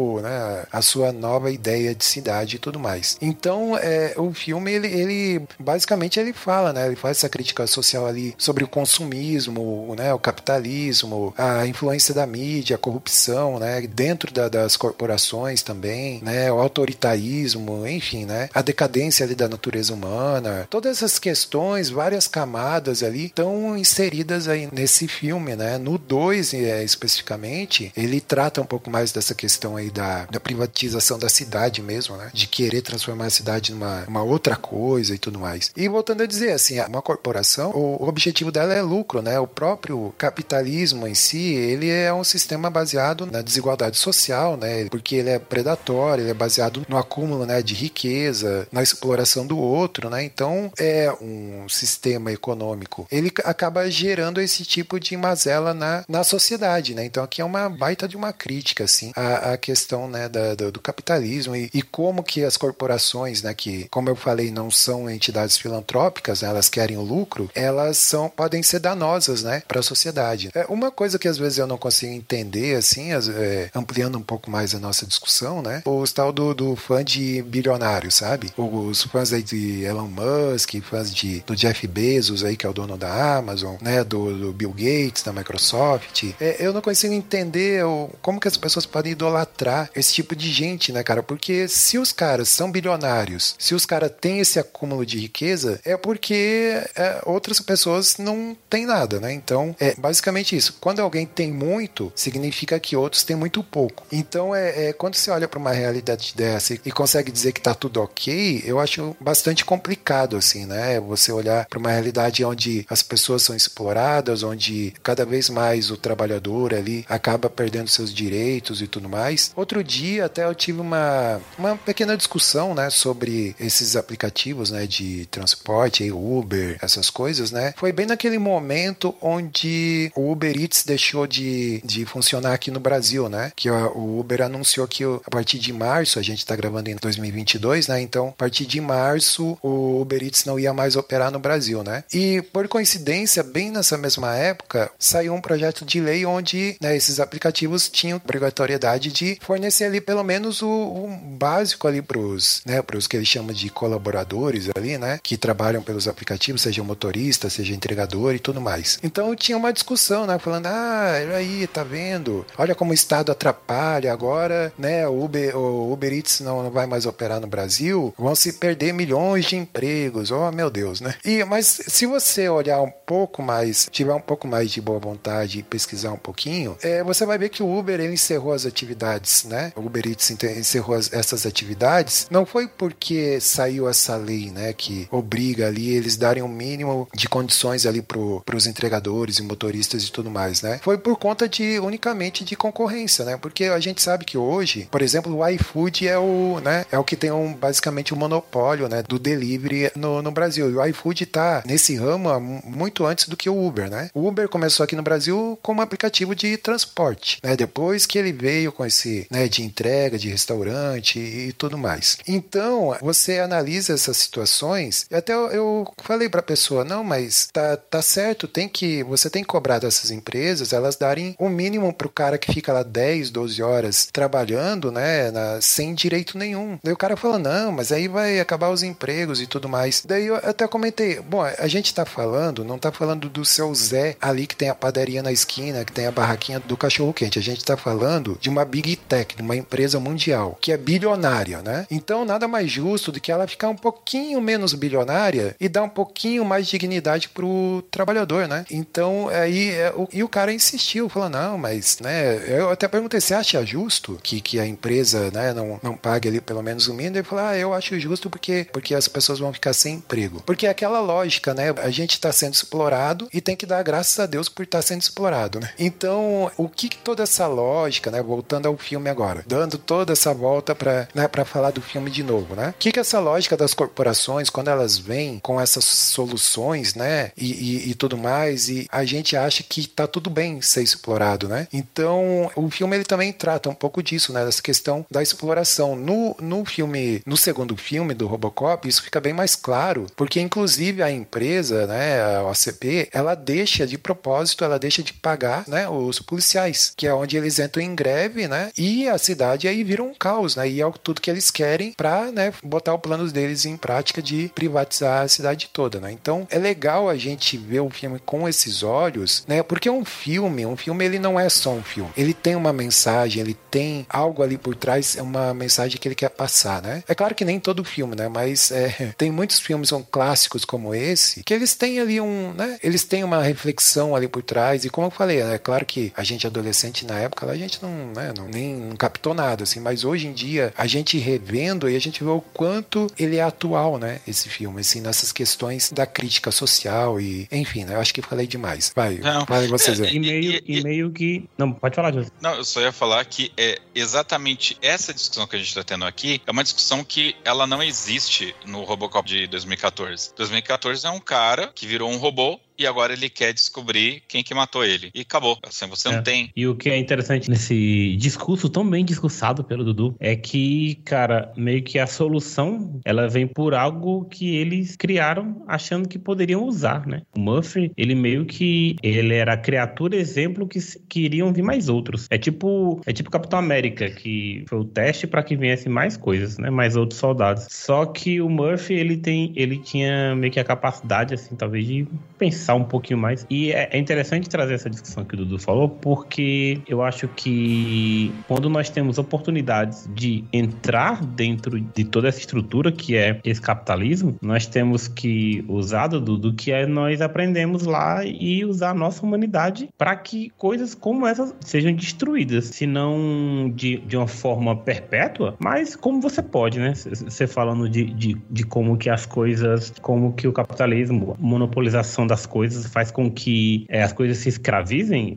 Speaker 3: a sua nova ideia de cidade e tudo mais. Então, o filme, ele basicamente ele fala, né? Ele faz essa crítica social ali sobre o consumismo, né? O capitalismo, a influência da mídia, a corrupção, né? Dentro das corporações também, né? O autoritarismo, enfim, né? A decadência ali da natureza humana. Todas essas questões, várias camadas ali estão inseridas aí nesse filme, né? No 2, especificamente, ele trata um pouco mais dessa questão aí da privatização da cidade mesmo, né? De querer transformar a cidade numa outra coisa e tudo mais. E voltando a dizer, assim, uma corporação, o objetivo dela é lucro, né? O próprio capitalismo em si, ele é um sistema baseado na desigualdade social, né? Porque ele é predatório, ele é baseado no acúmulo, né, de riqueza, na exploração do outro, né? Então, é um sistema econômico. Ele acaba gerando esse tipo de mazela na sociedade, né? Então, aqui é uma baita de uma crítica, assim, a questão, né, do capitalismo e como que as corporações, né, que, como eu falei, não são entidades filantrópicas, né, elas querem o lucro, elas podem ser danosas, né, para a sociedade. Uma coisa que às vezes eu não consigo entender, assim, ampliando um pouco mais a nossa discussão, né, os tal do fã de bilionário, sabe? Os fãs aí de Elon Musk, fãs do Jeff Bezos aí, que é o dono da Amazon, né, do Bill Gates, da Microsoft. Eu não consigo entender como que as pessoas podem idolatrar esse tipo de gente, né, cara? Porque se os caras são bilionários, se os caras têm esse acúmulo de riqueza, é porque outras pessoas não têm nada, né? Então, é basicamente isso. Quando alguém tem muito, significa que outros têm muito pouco. Então, quando você olha para uma realidade dessa e consegue dizer que tá tudo ok, eu acho bastante complicado, assim, né? Você olhar para uma realidade onde as pessoas são exploradas, onde cada vez mais o trabalhador ali acaba perdendo seus direitos e tudo mais. Outro dia até eu tive uma pequena discussão, né, sobre esses aplicativos, né, de transporte, Uber, essas coisas, né? Foi bem naquele momento onde o Uber Eats deixou de funcionar aqui no Brasil, né? Que o Uber anunciou que a partir de março, a gente tá gravando em 2022, né? Então, a partir de março, o Uber Eats não ia mais operar no Brasil, né? E, por coincidência, bem nessa mesma época, saiu um projeto de lei onde, né, esses aplicativos tinham obrigatoriedade de fornecer ali pelo menos o básico ali pros que eles chamam de colaboradores ali, né? Que trabalham pelos aplicativos, seja motorista, seja entregador e tudo mais. Então, tinha uma discussão, né? Falando, aí, tá vendo? Olha como o Estado atrapalha agora, né? O Uber Eats não vai mais operar no Brasil, vão se perder milhões de empregos. Oh, meu Deus, né? Mas se você olhar um pouco mais, tiver um pouco mais de boa vontade e pesquisar um pouquinho, você vai ver que o Uber, ele encerrou as atividades, né? O Uber Eats encerrou essas atividades, não foi porque saiu essa lei, né? Que obriga ali eles darem um mínimo de condições ali pros entregadores e motoristas e tudo mais, né? Foi por conta unicamente de concorrência, né? Porque a gente sabe que hoje, por exemplo, o iFood é o que tem basicamente o monopólio, né, do delivery no Brasil. E o iFood tá nesse ramo muito antes do que o Uber, né? O Uber começou aqui no Brasil como um aplicativo de transporte, né? Depois que ele veio com esse, né, de entrega, de restaurante e tudo mais. Então, você analisa essas situações e até eu falei pra pessoa, não, mas tá certo, você tem que cobrar dessas empresas, elas darem o mínimo pro cara que fica lá 10, 12 horas trabalhando, né, sem direito nenhum. cara fala, não, mas aí vai acabar os empregos e tudo mais. Daí eu até comentei, bom, a gente tá falando, não tá falando do seu Zé ali que tem a padaria na esquina, que tem a barraquinha do cachorro-quente. A gente tá falando de uma Big Tech, de uma empresa mundial, que é bilionária, né? Então, nada mais justo do que ela ficar um pouquinho menos bilionária e dar um pouquinho mais de dignidade pro trabalhador, né? Então, aí, e o cara insistiu, falou, não, mas, né, eu até perguntei, você acha justo que a empresa, né, não pague ali pelo menos o mínimo? Ele falou, eu acho justo porque as pessoas vão ficar sem emprego. Porque é aquela lógica, né? A gente tá sendo explorado e tem que dar graças a Deus por estar sendo explorado, né? Então, o que toda essa lógica, né, voltando ao filme agora, dando toda essa volta para falar do filme de novo, né? O que essa lógica das corporações, quando elas vêm com essas soluções, né, e tudo mais, e a gente acha que tá tudo bem ser explorado, né? Então, o filme ele também trata um pouco disso, né, dessa questão da exploração. No segundo filme do Robocop, isso fica bem mais claro, porque inclusive a empresa, né, a OCP, ela deixa de propósito, ela deixa de pagar, né, os policiais, que é onde eles entram em greve, né, e a cidade aí vira um caos, né, e é tudo que eles querem pra, né, botar o plano deles em prática de privatizar a cidade toda, né. Então é legal a gente ver o filme com esses olhos, né, porque um filme ele não é só um filme, ele tem uma mensagem, ele tem algo ali por trás, é uma mensagem que ele quer passar, né. É claro que nem todo filme, né, mas tem muitos filmes, são clássicos como esse, que eles têm ali eles têm uma reflexão ali por trás, e como eu falei, é claro que a gente adolescente na época, a gente não captou nada, assim, mas hoje em dia, a gente revendo e a gente vê o quanto ele é atual, né, esse filme, assim, nessas questões da crítica social e, enfim, né, eu acho que falei demais. Vai vocês aí.
Speaker 4: E meio que... Não, pode falar, José.
Speaker 1: Não, eu só ia falar que exatamente essa discussão que a gente está tendo aqui é uma discussão que ela não existe no Robocop de 2014. 2014 é um cara que virou um robô e agora ele quer descobrir quem que matou ele. E acabou. Assim, você não tem...
Speaker 4: E o que é interessante nesse discurso tão bem discursado pelo Dudu é que, cara, meio que a solução, ela vem por algo que eles criaram achando que poderiam usar, né? O Murphy, ele meio que... ele era a criatura exemplo que iriam vir mais outros. É tipo Capitão América, que foi o teste para que viessem mais coisas, né? Mais outros soldados. Só que o Murphy, ele tinha meio que a capacidade, assim, talvez de pensar um pouquinho mais. E é interessante trazer essa discussão que o Dudu falou, porque eu acho que quando nós temos oportunidades de entrar dentro de toda essa estrutura que é esse capitalismo, nós temos que usar do que nós aprendemos lá e usar a nossa humanidade para que coisas como essas sejam destruídas, se não de uma forma perpétua, mas como você pode, né? Você falando de como que as coisas, como que o capitalismo, a monopolização das coisas faz com que as coisas se escravizem,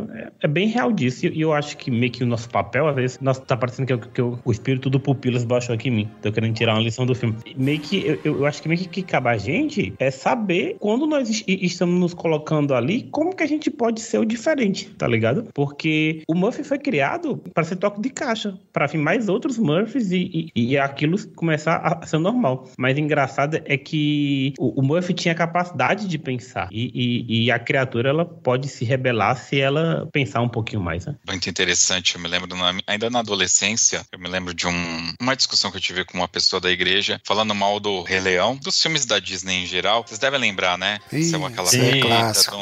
Speaker 4: é bem real disso. E eu acho que meio que o nosso papel, às vezes, tá parecendo que o espírito do Pupilas baixou aqui em mim. Tô querendo tirar uma lição do filme. Meio que, eu acho que meio que cabe a gente saber quando nós estamos nos colocando ali, como que a gente pode ser o diferente, tá ligado? Porque o Murphy foi criado para ser toque de caixa, para vir mais outros Murphys e aquilo começar a ser normal. Mas engraçado é que o Murphy tinha capacidade de pensar. E a criatura, ela pode se rebelar se ela pensar um pouquinho mais, né?
Speaker 1: Muito interessante. Eu me lembro, ainda na adolescência, eu me lembro de uma discussão que eu tive com uma pessoa da igreja, falando mal do Rei Leão, dos filmes da Disney em geral. Vocês devem lembrar, né?
Speaker 3: Isso é clássico.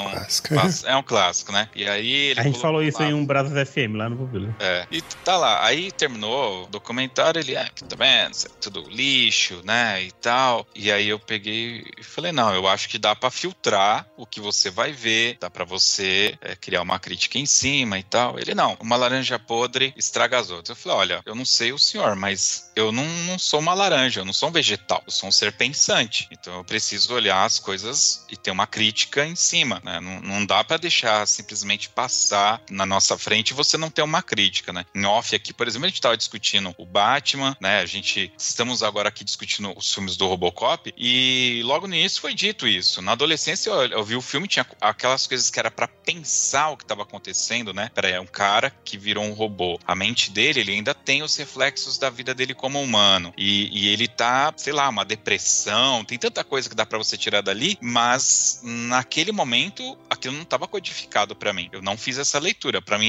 Speaker 1: É um clássico, né? E aí
Speaker 4: a gente falou isso em um Brasas FM, lá no Pupilo.
Speaker 1: E tá lá. Aí terminou o documentário, ele, tá vendo? Isso é tudo lixo, né? E tal. E aí eu peguei e falei, não, eu acho que dá pra filtrar o que você vai ver, dá pra você criar uma crítica em cima e tal. Ele, não, uma laranja podre estraga as outras. Eu falei, olha, eu não sei o senhor, mas eu não sou uma laranja, eu não sou um vegetal, eu sou um ser pensante. Então eu preciso olhar as coisas e ter uma crítica em cima, né? Não dá pra deixar simplesmente passar na nossa frente e você não ter uma crítica, né? Em off aqui, por exemplo, a gente tava discutindo o Batman, né? Estamos agora aqui discutindo os filmes do Robocop e logo no início foi dito isso. Na adolescência eu vi o filme, tinha aquelas coisas que era pra pensar o que estava acontecendo, né? Peraí, é um cara que virou um robô. A mente dele, ele ainda tem os reflexos da vida dele como humano. E ele tá, sei lá, uma depressão, tem tanta coisa que dá pra você tirar dali, mas naquele momento, aquilo não estava codificado pra mim. Eu não fiz essa leitura. Pra mim era um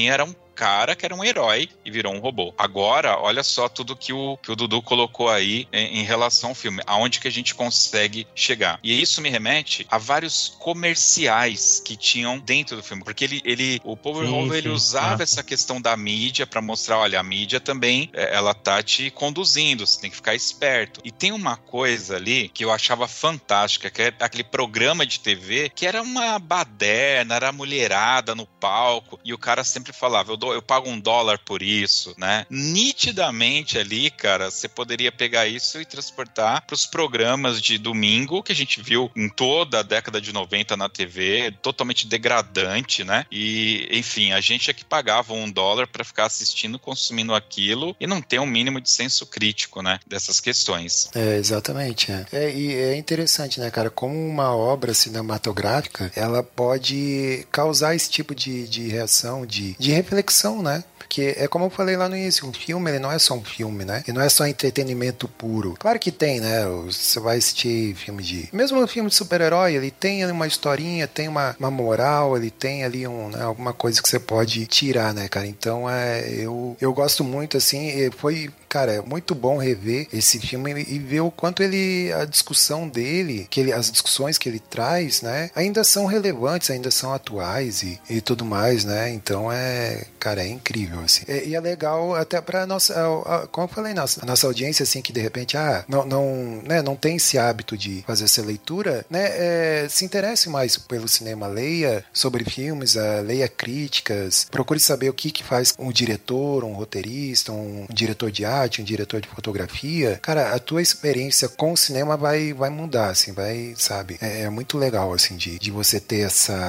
Speaker 1: cara que era um herói e virou um robô. Agora, olha só tudo que o Dudu colocou aí em relação ao filme, aonde que a gente consegue chegar. E isso me remete a vários comerciais que tinham dentro do filme, porque o Paul Verhoeven, ele usava essa questão da mídia para mostrar, olha, a mídia também, ela tá te conduzindo, você tem que ficar esperto. E tem uma coisa ali que eu achava fantástica, que é aquele programa de TV que era uma baderna, era a mulherada no palco, e o cara sempre falava, eu pago $1 por isso, né? Nitidamente ali, cara, você poderia pegar isso e transportar para os programas de domingo que a gente viu em toda a década de 90 na TV, totalmente degradante, né? E, enfim, a gente é que pagava $1 para ficar assistindo, consumindo aquilo e não ter um mínimo de senso crítico, né? Dessas questões.
Speaker 3: Exatamente. E é interessante, né, cara? Como uma obra cinematográfica, ela pode causar esse tipo de reação, de reflexão, né? Porque é como eu falei lá no início, um filme, ele não é só um filme, né? Ele não é só entretenimento puro. Claro que tem, né? Você vai assistir filme mesmo um filme de super-herói, ele tem ali uma historinha, tem uma moral, ele tem ali alguma coisa que você pode tirar, né, cara? Então, eu gosto muito, assim, foi... Cara, é muito bom rever esse filme e ver o quanto a discussão dele, as discussões que ele traz, né, ainda são relevantes, ainda são atuais e tudo mais, né? Então cara, é incrível, assim. E é legal até pra nossa, como eu falei, a nossa audiência, assim, que de repente, não tem esse hábito de fazer essa leitura, né, se interesse mais pelo cinema, leia sobre filmes, leia críticas, procure saber o que faz um diretor, um roteirista, um diretor de arte, um diretor de fotografia. Cara, a tua experiência com o cinema vai mudar, assim, sabe? É muito legal, assim, de você ter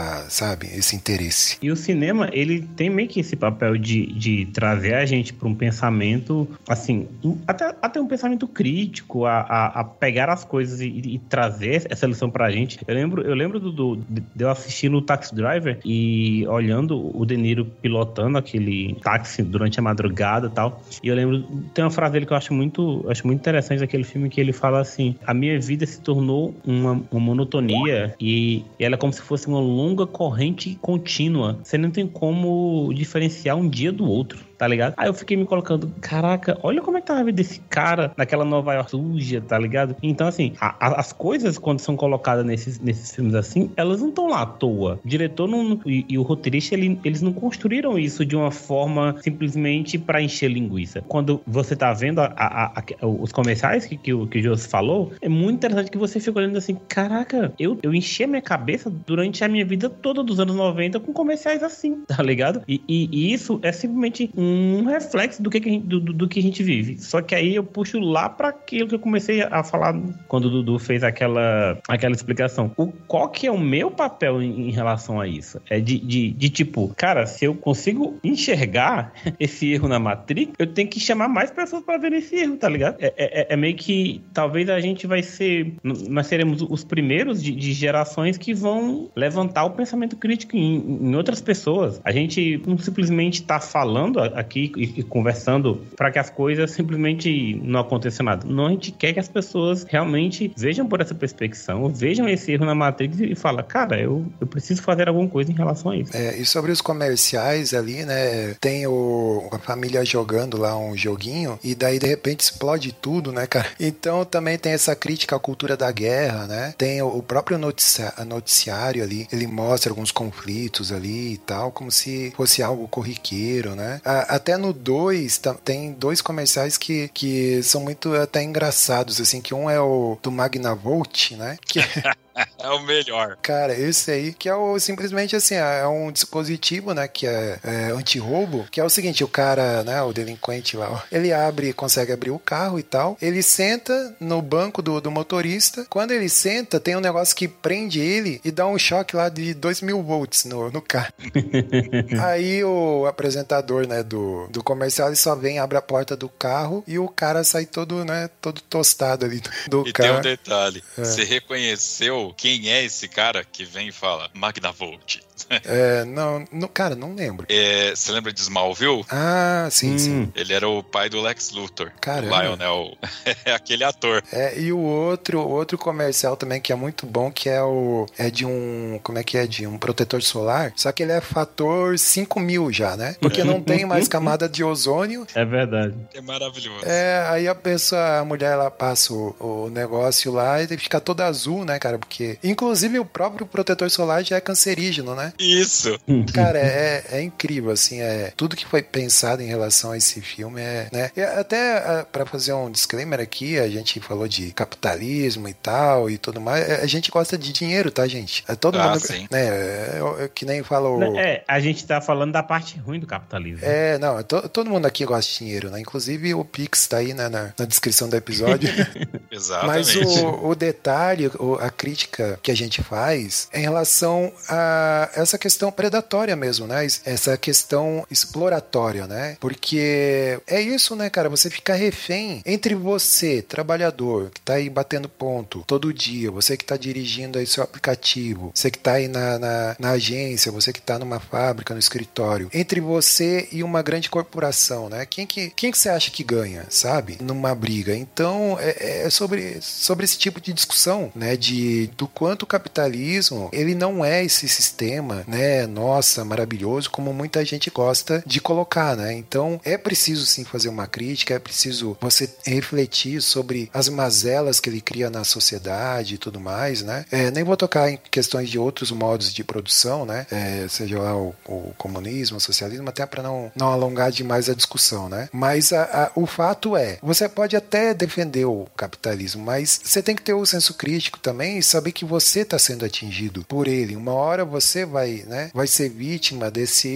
Speaker 3: esse interesse.
Speaker 4: E o cinema, ele tem meio que esse papel de trazer a gente para um pensamento, assim, até um pensamento crítico, a pegar as coisas e trazer essa lição pra gente. Eu lembro de eu assistindo o Taxi Driver e olhando o De Niro pilotando aquele táxi durante a madrugada e tal. E eu lembro, tem uma frase dele que eu acho muito interessante daquele filme, que ele fala assim: a minha vida se tornou uma monotonia e ela é como se fosse uma longa corrente contínua. Você não tem como diferenciar um dia do outro, tá ligado? Aí eu fiquei me colocando, caraca, olha como é que tá a vida desse cara naquela Nova York suja, tá ligado? Então, assim, as coisas, quando são colocadas nesses filmes assim, elas não estão lá à toa. O diretor e o roteirista, eles não construíram isso de uma forma simplesmente pra encher linguiça. Quando você tá vendo os comerciais que o Josi falou, é muito interessante que você fica olhando assim, caraca, eu enchi a minha cabeça durante a minha vida toda dos anos 90 com comerciais assim, tá ligado? E isso é simplesmente um reflexo do que a gente vive. Só que aí eu puxo lá pra aquilo que eu comecei a falar quando o Dudu fez aquela explicação. Qual que é o meu papel em relação a isso? É de tipo, cara, se eu consigo enxergar esse erro na Matrix, eu tenho que chamar mais pessoas pra ver esse erro, tá ligado? É meio que talvez nós seremos os primeiros de gerações que vão levantar o pensamento crítico em outras pessoas. A gente não simplesmente tá falando aqui e conversando para que as coisas simplesmente não aconteçam nada. Não, a gente quer que as pessoas realmente vejam por essa perspectiva, vejam esse erro na Matrix e falem, cara, eu preciso fazer alguma coisa em relação a isso.
Speaker 3: E sobre os comerciais ali, né, tem a família jogando lá um joguinho e daí de repente explode tudo, né, cara? Então também tem essa crítica à cultura da guerra, né? Tem o próprio noticiário ali, ele mostra alguns conflitos ali e tal, como se fosse algo corriqueiro, né? Até no 2, tem 2 comerciais que são muito até engraçados, assim, que um é o do Magnavolt, né? Que...
Speaker 1: É o melhor.
Speaker 3: Cara, esse aí, que é simplesmente assim, é um dispositivo, né, que é anti-roubo, que é o seguinte, o cara, né, o delinquente lá, ele consegue abrir o carro e tal, ele senta no banco do motorista, quando ele senta, tem um negócio que prende ele e dá um choque lá de 2.000 volts no carro. Aí o apresentador, né, do comercial, ele só vem, abre a porta do carro e o cara sai todo, né, todo tostado ali do
Speaker 1: e
Speaker 3: carro.
Speaker 1: E tem um detalhe, você reconheceu quem é esse cara que vem e fala Magnavolt?
Speaker 3: Não, cara, não lembro.
Speaker 1: Você lembra de Smallville?
Speaker 3: Ah, sim.
Speaker 1: Ele era o pai do Lex Luthor.
Speaker 3: Caramba.
Speaker 1: O Lionel. É aquele ator.
Speaker 3: E o outro comercial também que é muito bom, que é de um... Como é que é? De um protetor solar. Só que ele é fator 5.000 já, né? Porque não tem mais camada de ozônio.
Speaker 4: É verdade.
Speaker 1: É maravilhoso.
Speaker 3: Aí a mulher, ela passa o negócio lá e fica toda azul, né, cara? Porque, inclusive, o próprio protetor solar já é cancerígeno, né?
Speaker 1: Isso.
Speaker 3: Cara, é incrível, assim, tudo que foi pensado em relação a esse filme né? E até pra fazer um disclaimer aqui, a gente falou de capitalismo e tal e tudo mais, a gente gosta de dinheiro, tá, gente? Todo mundo,
Speaker 1: sim.
Speaker 3: Né, que nem falou...
Speaker 4: A gente tá falando da parte ruim do capitalismo.
Speaker 3: Todo mundo aqui gosta de dinheiro, né? Inclusive o Pix tá aí, né, na descrição do episódio.
Speaker 1: Exatamente.
Speaker 3: Mas o detalhe, a crítica que a gente faz é em relação a essa questão predatória mesmo, né? Essa questão exploratória, né? Porque é isso, né, cara? Você fica refém entre você, trabalhador, que tá aí batendo ponto todo dia, você que tá dirigindo aí seu aplicativo, você que tá aí na agência, você que tá numa fábrica, no escritório, entre você e uma grande corporação, né? Quem que você acha que ganha, sabe? Numa briga. Então, é sobre esse tipo de discussão, né? Do quanto o capitalismo, ele não é esse sistema, né? Nossa, maravilhoso, como muita gente gosta de colocar, né? Então, é preciso sim fazer uma crítica, é preciso você refletir sobre as mazelas que ele cria na sociedade e tudo mais, né? Nem vou tocar em questões de outros modos de produção, né? Seja lá o comunismo, o socialismo, até para não alongar demais a discussão, né? Mas o fato você pode até defender o capitalismo, mas você tem que ter o senso crítico também e saber que você está sendo atingido por ele. Uma hora você vai ser vítima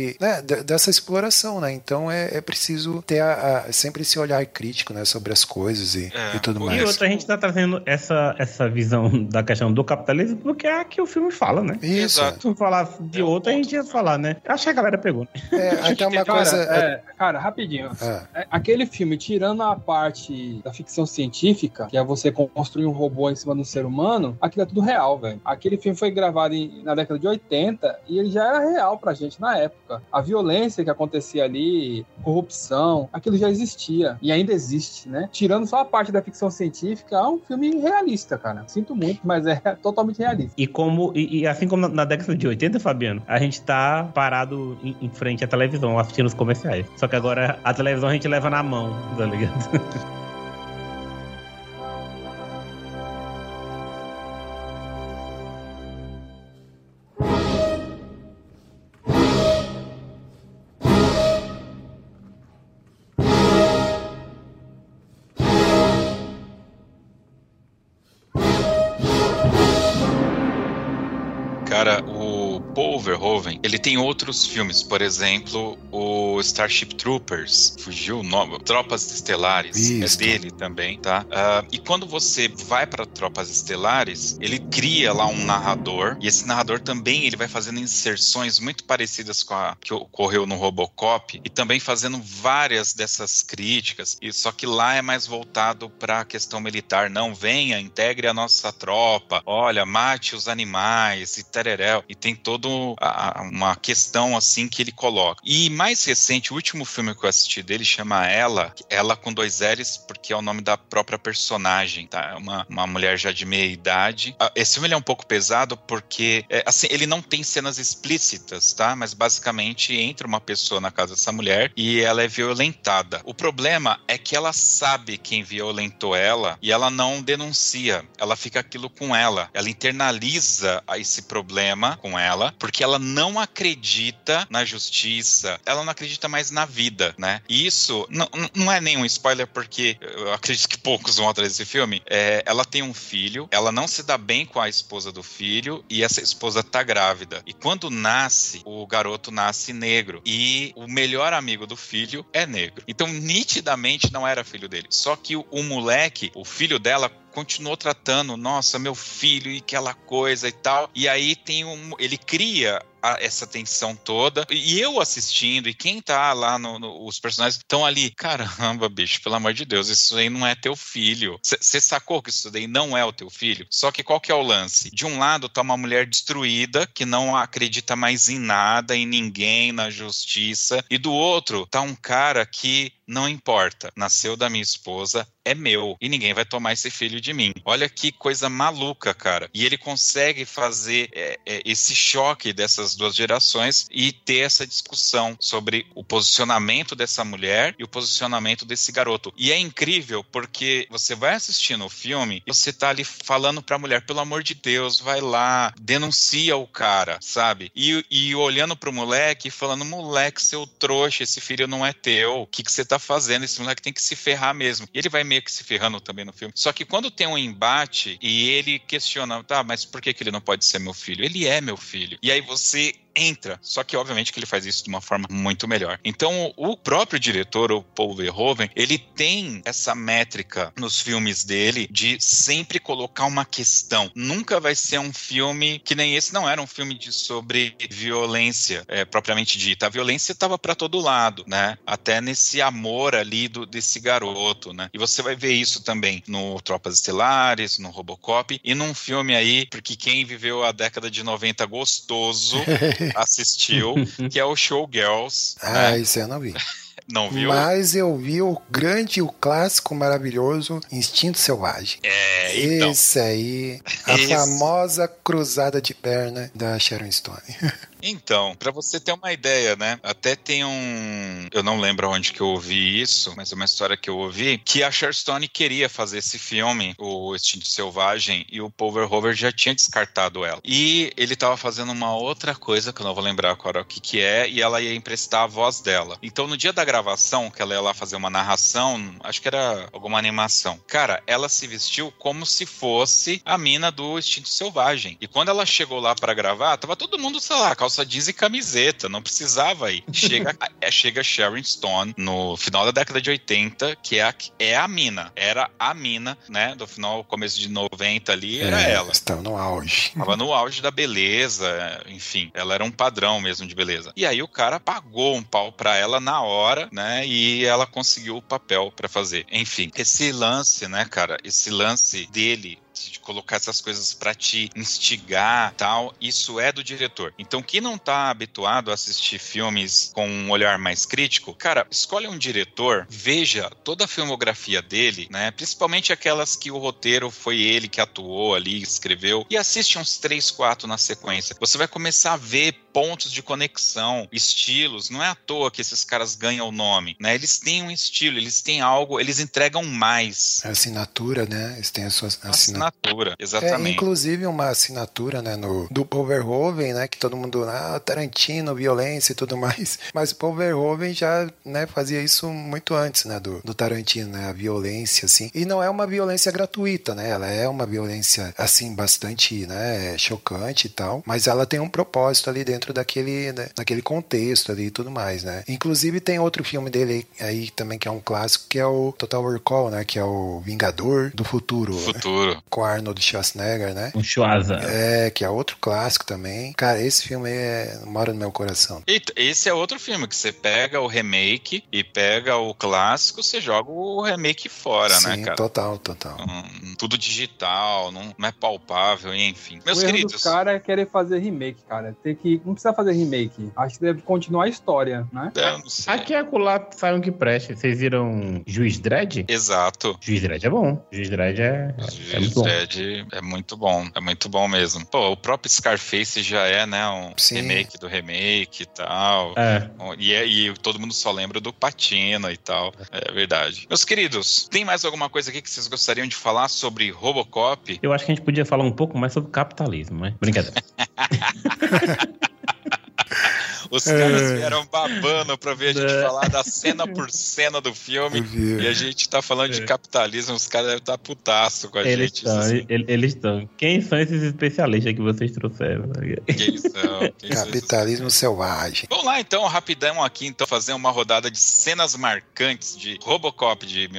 Speaker 3: dessa exploração, né? Então é preciso ter sempre esse olhar crítico, né, sobre as coisas e tudo mais.
Speaker 4: E outra, a gente está trazendo essa visão da questão do capitalismo porque é a que o filme fala, né?
Speaker 3: Isso.
Speaker 4: Se falar de outra, a gente ia falar, né? Acho que a galera pegou.
Speaker 3: Até uma coisa...
Speaker 2: Cara, rapidinho. Aquele filme, tirando a parte da ficção científica, que é você construir um robô em cima de um ser humano, aquilo é tudo real, velho. Aquele filme foi gravado na década de 80 e ele já era real pra gente na época. A violência que acontecia ali, corrupção, aquilo já existia e ainda existe, né? Tirando só a parte da ficção científica, é um filme realista, cara. Sinto muito, mas é totalmente realista.
Speaker 4: E assim como na década de 80, Fabiano, a gente tá parado em frente à televisão, assistindo os comerciais. Só que agora a televisão a gente leva na mão, tá ligado?
Speaker 1: Cara, o Paul Verhoeven, ele tem outros filmes, por exemplo, o Starship Troopers, fugiu o nome, Tropas Estelares,
Speaker 3: Isso.
Speaker 1: É dele também, tá? E quando você vai para Tropas Estelares, ele cria lá um narrador, e esse narrador também ele vai fazendo inserções muito parecidas com a que ocorreu no Robocop, e também fazendo várias dessas críticas, e só que lá é mais voltado para a questão militar, não venha, integre a nossa tropa, olha, mate os animais, e tereréu, e tem toda uma questão assim que ele coloca. E mais recente, o último filme que eu assisti dele chama Ela com 2 L's, porque é o nome da própria personagem, tá? É uma mulher já de meia idade. Esse filme ele é um pouco pesado porque, assim, ele não tem cenas explícitas, tá? Mas basicamente entra uma pessoa na casa dessa mulher e ela é violentada. O problema é que ela sabe quem violentou ela e ela não denuncia. Ela fica aquilo com ela. Ela internaliza esse problema com ela porque ela não acredita na justiça. Ela não acredita mais na vida, né? E isso não é nenhum spoiler porque eu acredito que poucos vão atrás desse filme. Ela tem um filho, ela não se dá bem com a esposa do filho e essa esposa tá grávida. E quando nasce, o garoto nasce negro e o melhor amigo do filho é negro. Então, nitidamente não era filho dele. Só que o moleque, o filho dela, continuou tratando, nossa, meu filho e aquela coisa e tal. E aí ele cria essa tensão toda. E eu assistindo, e quem tá lá, os personagens estão ali, caramba, bicho, pelo amor de Deus, isso aí não é teu filho. Você sacou que isso daí não é o teu filho? Só que qual que é o lance? De um lado tá uma mulher destruída, que não acredita mais em nada, em ninguém, na justiça. E do outro tá um cara que não importa, nasceu da minha esposa, é meu, e ninguém vai tomar esse filho de mim. Olha que coisa maluca, cara. E ele consegue fazer esse choque dessas duas gerações e ter essa discussão sobre o posicionamento dessa mulher e o posicionamento desse garoto. E é incrível porque você vai assistindo o filme e você tá ali falando pra mulher, pelo amor de Deus, vai lá, denuncia o cara, sabe? E olhando pro moleque e falando, moleque, seu trouxa, esse filho não é teu, o que você tá fazendo? Esse moleque tem que se ferrar mesmo. E ele vai meio que se ferrando também no filme. Só que quando tem um embate e ele questiona, tá, mas por que ele não pode ser meu filho? Ele é meu filho. E aí você entra, só que obviamente que ele faz isso de uma forma muito melhor. Então o próprio diretor, o Paul Verhoeven, ele tem essa métrica nos filmes dele de sempre colocar uma questão. Nunca vai ser um filme que nem esse, não era um filme sobre violência propriamente dita. A violência estava para todo lado, né? Até nesse amor ali desse garoto, né? E você vai ver isso também no Tropas Estelares, no Robocop e num filme aí, porque quem viveu a década de 90 gostoso assistiu, que é o Showgirls.
Speaker 3: Né? Isso eu não vi.
Speaker 1: Não viu?
Speaker 3: Mas eu vi o clássico, maravilhoso Instinto Selvagem.
Speaker 1: Então.
Speaker 3: Esse aí, a famosa cruzada de perna da Sharon Stone.
Speaker 1: Então, pra você ter uma ideia, né? Até tem eu não lembro onde que eu ouvi isso, mas é uma história que eu ouvi, que a Sharon Stone queria fazer esse filme, o Instinto Selvagem, e o Paul Verhoeven já tinha descartado ela. E ele tava fazendo uma outra coisa, que eu não vou lembrar agora o que é, e ela ia emprestar a voz dela. Então, no dia da gravação, que ela ia lá fazer uma narração, acho que era alguma animação. Cara, ela se vestiu como se fosse a mina do Instinto Selvagem. E quando ela chegou lá pra gravar, tava todo mundo, sei lá, calça jeans e camiseta, não precisava ir. Chega Sharon Stone no final da década de 80, que é a mina. Era a mina, né? Do final, começo de 90 ali, era ela.
Speaker 3: Estava no auge.
Speaker 1: Estava no auge da beleza, enfim. Ela era um padrão mesmo de beleza. E aí o cara pagou um pau pra ela na hora, né? E ela conseguiu o papel pra fazer. Enfim, esse lance, né, cara? Esse lance dele de colocar essas coisas pra te instigar, tal, isso é do diretor. Então, quem não tá habituado a assistir filmes com um olhar mais crítico, cara, escolhe um diretor, veja toda a filmografia dele, né, principalmente aquelas que o roteiro foi ele que atuou ali, escreveu, e assiste uns 3, 4 na sequência. Você vai começar a ver pontos de conexão, estilos, não é à toa que esses caras ganham o nome, né, eles têm um estilo, eles têm algo, eles entregam mais.
Speaker 3: A assinatura, né, eles têm a sua assinatura.
Speaker 1: Exatamente.
Speaker 3: Inclusive uma assinatura, né, do Paul Verhoeven, né, que todo mundo, Tarantino, violência e tudo mais, mas o Paul Verhoeven já, né, fazia isso muito antes, né, do Tarantino, né, a violência, assim, e não é uma violência gratuita, né, ela é uma violência, assim, bastante, né, chocante e tal, mas ela tem um propósito ali dentro daquele, né, daquele contexto ali e tudo mais, né, inclusive tem outro filme dele aí também que é um clássico, que é o Total Recall, né, que é o Vingador do Futuro.
Speaker 1: Né?
Speaker 3: Com Arnold Schwarzenegger, né?
Speaker 4: O Schwarza.
Speaker 3: Que é outro clássico também. Cara, esse filme aí mora no meu coração.
Speaker 1: E esse é outro filme que você pega o remake e pega o clássico, você joga o remake fora,
Speaker 3: sim,
Speaker 1: né, cara?
Speaker 3: Total.
Speaker 1: Tudo digital, não é palpável, enfim. Meus
Speaker 2: queridos. O
Speaker 1: queridos.
Speaker 2: Os caras é querer fazer remake, cara. Não precisa fazer remake. Acho que deve continuar a história, né?
Speaker 1: Eu não sei.
Speaker 4: Aqui e acolá saiam que preste. Vocês viram Juiz Dredd?
Speaker 1: Exato.
Speaker 4: Juiz Dredd é bom. Juiz Dredd é muito bom.
Speaker 1: É muito bom mesmo. Pô, o próprio Scarface já é, né, um remake do remake e tal. E todo mundo só lembra do Pacino e tal. É verdade. Meus queridos, tem mais alguma coisa aqui que vocês gostariam de falar sobre Robocop?
Speaker 4: Eu acho que a gente podia falar um pouco mais sobre capitalismo, né? Brincadeira.
Speaker 1: Os caras vieram babando pra ver a gente falar da cena por cena do filme. E a gente tá falando de capitalismo, os caras devem estar putaço com a gente.
Speaker 4: Eles estão. Quem são esses especialistas que vocês trouxeram?
Speaker 1: Quem são?
Speaker 3: Capitalismo selvagem.
Speaker 1: Vamos lá então, rapidão aqui, então, fazer uma rodada de cenas marcantes de Robocop de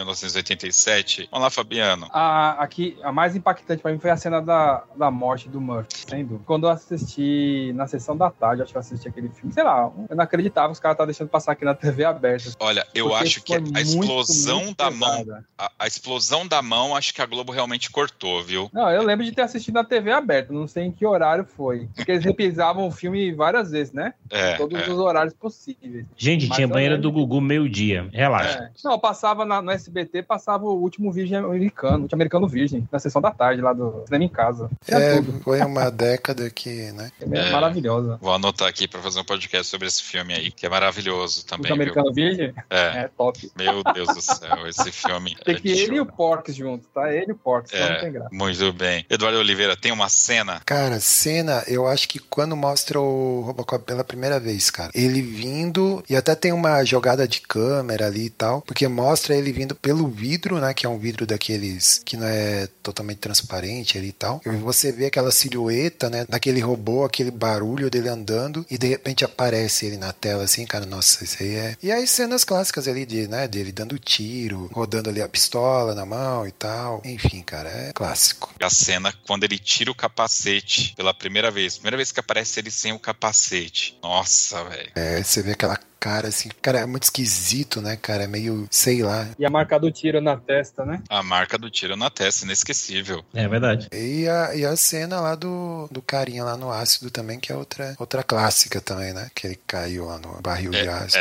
Speaker 1: 1987. Vamos lá, Fabiano.
Speaker 2: Aqui, a mais impactante pra mim foi a cena da morte do Murphy, sem dúvida. Quando eu assisti na sessão da tarde, acho que eu assisti aquele filme, sei lá, eu não acreditava que os caras estavam deixando passar aqui na TV aberta.
Speaker 1: Olha, eu acho que a explosão da mão, a explosão da mão, acho que a Globo realmente cortou, viu?
Speaker 2: Não, eu lembro de ter assistido na TV aberta, não sei em que horário foi. Porque eles reprisavam o filme várias vezes, né? Todos os horários possíveis.
Speaker 4: Gente, tinha banheira do Gugu meio-dia, relaxa.
Speaker 2: Não, passava no SBT, passava o último Virgem Americano, o último Americano Virgem, na sessão da tarde, lá do Cinema em Casa. Tudo.
Speaker 3: Foi uma década que, né?
Speaker 2: É maravilhosa.
Speaker 1: Vou anotar aqui pra fazer um podcast sobre esse filme aí, que é maravilhoso também.
Speaker 2: O Americano Virgem?
Speaker 1: É
Speaker 2: top.
Speaker 1: Meu Deus do céu, esse filme.
Speaker 2: Tem que ele e o Porks junto, tá? Ele e o Porks, não tem graça.
Speaker 1: Muito bem. Eduardo Oliveira, tem uma cena?
Speaker 3: Cara, eu acho que quando mostra o Robocop pela primeira vez, cara, ele vindo, e até tem uma jogada de câmera ali e tal, porque mostra ele vindo pelo vidro, né, que é um vidro daqueles que não é totalmente transparente ali e tal, e você vê aquela silhueta, né, daquele robô, aquele barulho dele andando, e de repente aparece ele na tela, assim, cara, nossa, isso aí é... E as cenas clássicas ali, dele dando tiro, rodando ali a pistola na mão e tal, enfim, cara, é clássico.
Speaker 1: A cena quando ele tira o capacete pela primeira vez que aparece ele sem o capacete. Nossa, velho.
Speaker 3: Você vê aquela cara, assim, cara, é muito esquisito, né, cara, é meio, sei lá.
Speaker 2: E a marca do tiro na testa, né?
Speaker 1: A marca do tiro na testa, inesquecível.
Speaker 4: É verdade.
Speaker 3: E a cena lá do carinha lá no ácido também, que é outra clássica também, né, que ele caiu lá no barril de ácido.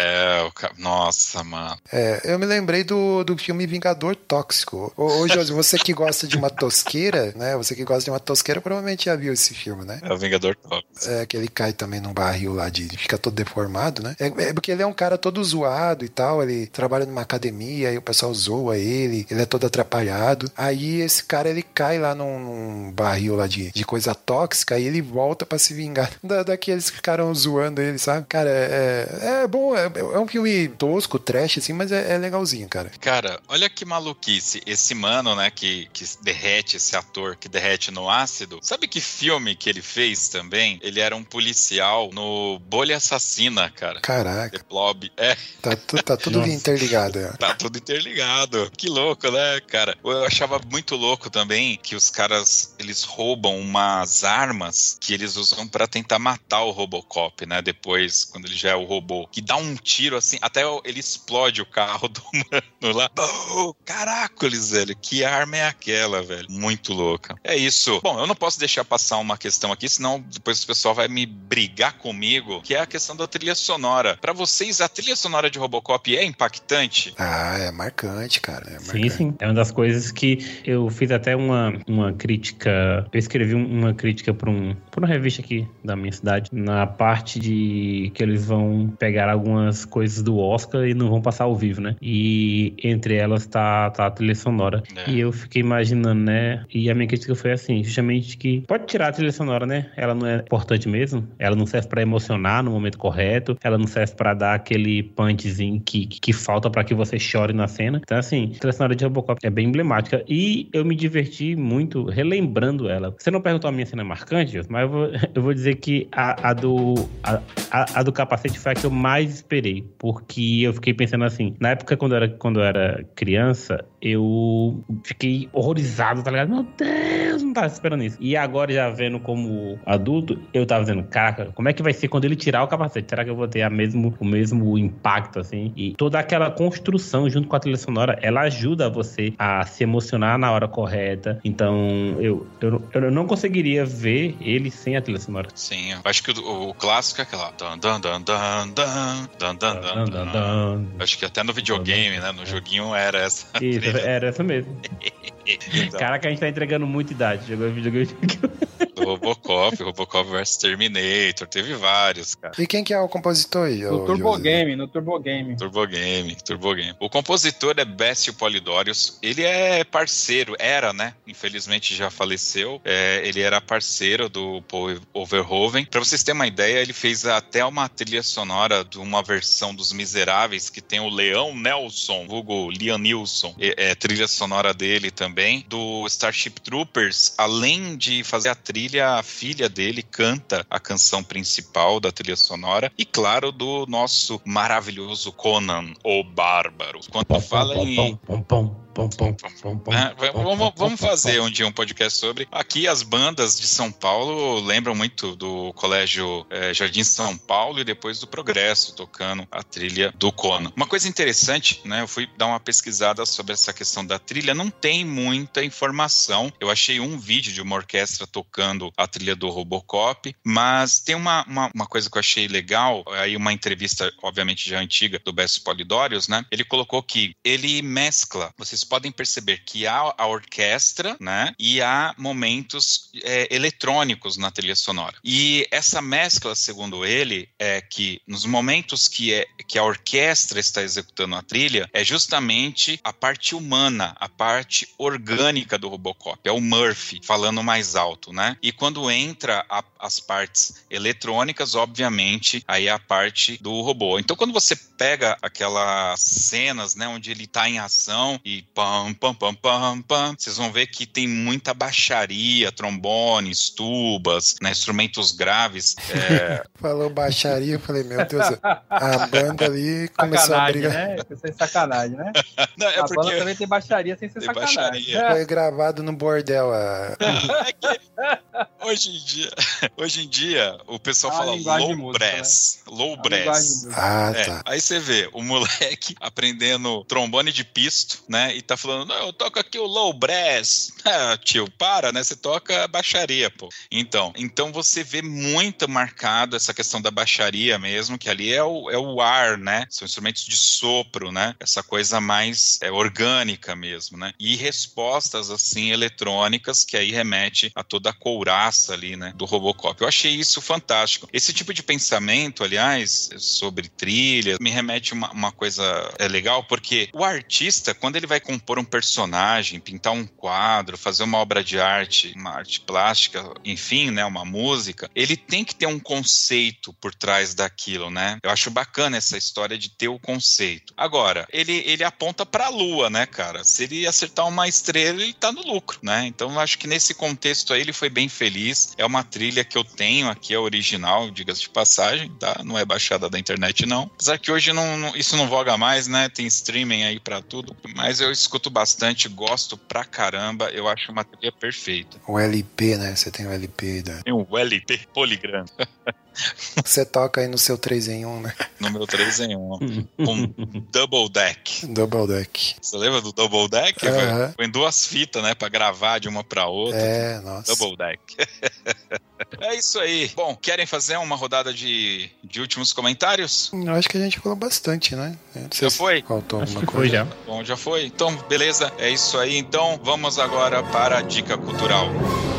Speaker 1: Nossa, mano.
Speaker 3: Eu me lembrei do filme Vingador Tóxico. Ô Josi, você que gosta de uma tosqueira, né, provavelmente já viu esse filme, né?
Speaker 1: É o Vingador Tóxico.
Speaker 3: Que ele cai também num barril lá, fica todo deformado, né? Porque ele é um cara todo zoado e tal, ele trabalha numa academia, aí o pessoal zoa ele é todo atrapalhado. Aí esse cara, ele cai lá num barril lá de coisa tóxica, e ele volta pra se vingar daqueles que ficaram zoando ele, sabe? Cara, é bom, é um filme tosco, trash, assim, mas é legalzinho, cara.
Speaker 1: Cara, olha que maluquice, esse mano, né, que derrete, esse ator que derrete no ácido, sabe que filme que ele fez também? Ele era um policial no Bolha Assassina, cara.
Speaker 3: Caraca.
Speaker 1: The Blob.
Speaker 3: Tá tudo interligado.
Speaker 1: Tá tudo interligado. Que louco, né, cara? Eu achava muito louco também que os caras, eles roubam umas armas que eles usam pra tentar matar o Robocop, né? Depois, quando ele já é o robô. Que dá um tiro assim, até ele explode o carro do mano lá. Oh, caracoles, velho. Que arma é aquela, velho? Muito louca. É isso. Bom, eu não posso deixar passar uma questão aqui, senão depois o pessoal vai me brigar comigo, que é a questão da trilha sonora. Pra vocês, a trilha sonora de Robocop é impactante?
Speaker 3: É marcante, cara. Marcante.
Speaker 4: Sim. É uma das coisas que eu fiz até uma crítica. Eu escrevi uma crítica pra uma revista aqui da minha cidade, na parte de que eles vão pegar algumas coisas do Oscar e não vão passar ao vivo, né? E entre elas tá a trilha sonora. E eu fiquei imaginando, né? E a minha crítica foi assim, justamente que pode tirar a trilha sonora, né? Ela não é importante mesmo. Ela não serve pra emocionar no momento correto. Ela não serve pra dar aquele punchzinho que falta pra que você chore na cena. Então, assim, a trilha sonora de Robocop é bem emblemática. E eu me diverti muito relembrando ela. Você não perguntou a minha cena marcante, mas eu vou dizer que a do capacete foi a que eu mais esperei. Porque eu fiquei pensando assim, na época quando eu era criança, eu fiquei horrorizado, tá ligado? Meu Deus, não tava esperando isso. E agora, já vendo como adulto, eu tava dizendo, caraca, como é que vai ser quando ele tirar o capacete? Será que eu vou ter o mesmo impacto, assim? E toda aquela construção junto com a trilha sonora, ela ajuda você a se emocionar na hora correta. Então, eu não conseguiria ver ele sem a trilha sonora.
Speaker 1: Sim, eu acho que o clássico é aquela... Acho que até no videogame, né? No joguinho era essa.
Speaker 4: Isso, era essa mesmo. Então. Caraca, a gente tá entregando muita idade. Jogou videogame.
Speaker 1: Do Robocop vs Terminator, teve vários, cara.
Speaker 3: E quem que é o compositor aí?
Speaker 2: No Turbo Game.
Speaker 1: O compositor é Bessio Polidorius, ele é parceiro, era, né? Infelizmente já faleceu. Ele era parceiro do Paul Verhoeven. Pra vocês terem uma ideia, ele fez até uma trilha sonora de uma versão dos Miseráveis, que tem o Leão Nelson, vulgo Liam Neeson. Trilha sonora dele também. Do Starship Troopers, além de fazer a trilha, a filha dele canta a canção principal da trilha sonora. E claro, do nosso maravilhoso Conan, o Bárbaro. Quando fala em... Vamos fazer um dia um podcast sobre. Aqui as bandas de São Paulo lembram muito do Colégio Jardim São Paulo e depois do Progresso, tocando a trilha do Conan. Uma coisa interessante, né? Eu fui dar uma pesquisada sobre essa questão da trilha, não tem muita informação. Eu achei um vídeo de uma orquestra tocando a trilha do Robocop, mas tem uma coisa que eu achei legal, aí uma entrevista, obviamente já antiga, do Bessio Polidorius, né? Ele colocou que ele mescla, vocês podem perceber que há a orquestra, né? E há momentos eletrônicos na trilha sonora. E essa mescla, segundo ele, é que nos momentos que a orquestra está executando a trilha, é justamente a parte humana, a parte orgânica do Robocop. É o Murphy falando mais alto, né? E quando entra as partes eletrônicas, obviamente, aí é a parte do robô. Então, quando você pega aquelas cenas, né, onde ele tá em ação e pam, pam, pam, pam, pam, vocês vão ver que tem muita baixaria, trombones, tubas, né, instrumentos graves.
Speaker 3: Falou baixaria, eu falei, meu Deus, a banda ali começou a brigar.
Speaker 2: Né? Isso é sacanagem, né?
Speaker 1: Não,
Speaker 2: a banda também tem baixaria sem ser sacanagem.
Speaker 1: Baixaria.
Speaker 3: Foi gravado no bordel.
Speaker 1: Hoje em dia, o pessoal fala low brass. Né? Low brass.
Speaker 3: Tá.
Speaker 1: Aí você vê o moleque aprendendo trombone de pisto, né? E tá falando, não, eu toco aqui o low brass. Tio, para, né? Você toca baixaria, pô. Então você vê muito marcado essa questão da baixaria mesmo, que ali é o ar, né? São instrumentos de sopro, né? Essa coisa mais orgânica mesmo, né? E respostas, assim, eletrônicas, que aí remete a toda a couraça ali, né? Do Robocop. Eu achei isso fantástico. Esse tipo de pensamento, aliás, sobre trilha, me remete uma coisa legal, porque o artista, quando ele vai compor um personagem, pintar um quadro, fazer uma obra de arte, uma arte plástica, enfim, né, uma música, ele tem que ter um conceito por trás daquilo, né? Eu acho bacana essa história de ter o conceito. Agora, ele aponta pra lua, né, cara? Se ele acertar uma estrela, ele tá no lucro, né? Então, eu acho que nesse contexto aí ele foi bem feliz. É uma trilha que eu tenho aqui, é original, diga-se de passagem, tá? Não é baixada da internet, não. Apesar que hoje isso não voga mais, né? Tem streaming aí pra tudo. Mas eu escuto bastante, gosto pra caramba. Eu acho uma trilha perfeita.
Speaker 3: O LP, né? Você tem o LP aí da...
Speaker 1: Tem um LP Polygram.
Speaker 3: Você toca aí no seu 3-em-1, né?
Speaker 1: No meu 3-em-1. Um Double Deck.
Speaker 3: Double Deck.
Speaker 1: Você lembra do Double Deck? Foi em duas fitas, né? Pra gravar de uma pra outra.
Speaker 3: Nossa.
Speaker 1: Double Deck. É isso aí. Bom, querem fazer uma rodada de últimos comentários?
Speaker 3: Eu acho que a gente falou bastante, né?
Speaker 1: Já foi?
Speaker 3: Faltou
Speaker 4: alguma
Speaker 3: coisa?
Speaker 4: Foi já.
Speaker 1: Bom, já foi. Então, beleza. É isso aí. Então, vamos agora para a dica cultural.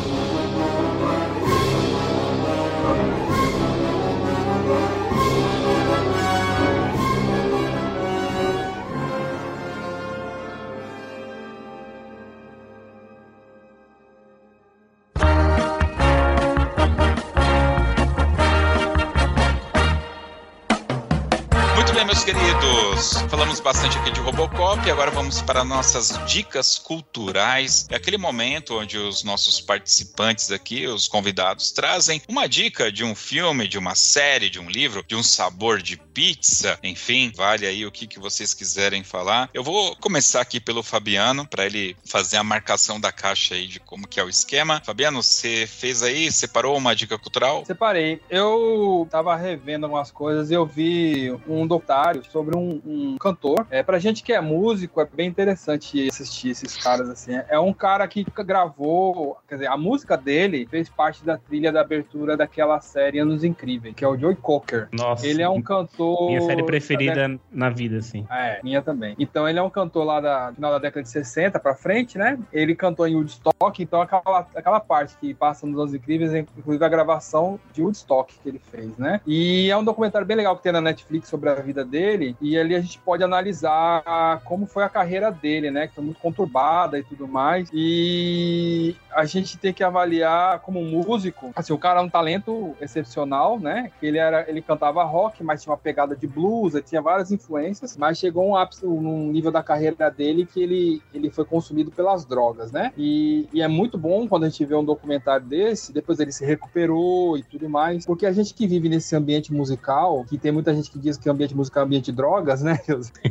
Speaker 1: Meus queridos, falamos bastante aqui de Robocop, agora vamos para nossas dicas culturais. É aquele momento onde os nossos participantes aqui, os convidados, trazem uma dica de um filme, de uma série, de um livro, de um sabor de pizza, enfim, vale aí o que vocês quiserem falar. Eu vou começar aqui pelo Fabiano, para ele fazer a marcação da caixa aí de como que é o esquema. Fabiano, você fez aí, separou uma dica cultural?
Speaker 2: Separei. Eu tava revendo algumas coisas e eu vi um documentário documentário sobre um cantor. Pra gente que é músico, é bem interessante assistir esses caras, assim. É um cara que gravou, quer dizer, a música dele fez parte da trilha da abertura daquela série Anos Incríveis, que é o Joey Cocker.
Speaker 4: Nossa.
Speaker 2: Ele é um cantor...
Speaker 4: Minha série preferida na vida, assim.
Speaker 2: Minha também. Então ele é um cantor lá da final da década de 60 pra frente, né? Ele cantou em Woodstock, então aquela parte que passa nos Anos Incríveis, inclusive a gravação de Woodstock que ele fez, né? E é um documentário bem legal que tem na Netflix sobre a vida dele, e ali a gente pode analisar como foi a carreira dele, né? Que foi muito conturbada e tudo mais. E a gente tem que avaliar como músico, assim, o cara é um talento excepcional, né? Ele cantava rock, mas tinha uma pegada de blues, ele tinha várias influências, mas chegou um ápice, num nível da carreira dele que ele foi consumido pelas drogas, né? E é muito bom quando a gente vê um documentário desse, depois ele se recuperou e tudo mais, porque a gente que vive nesse ambiente musical, que tem muita gente que diz que o ambiente musical é ambiente de drogas, né?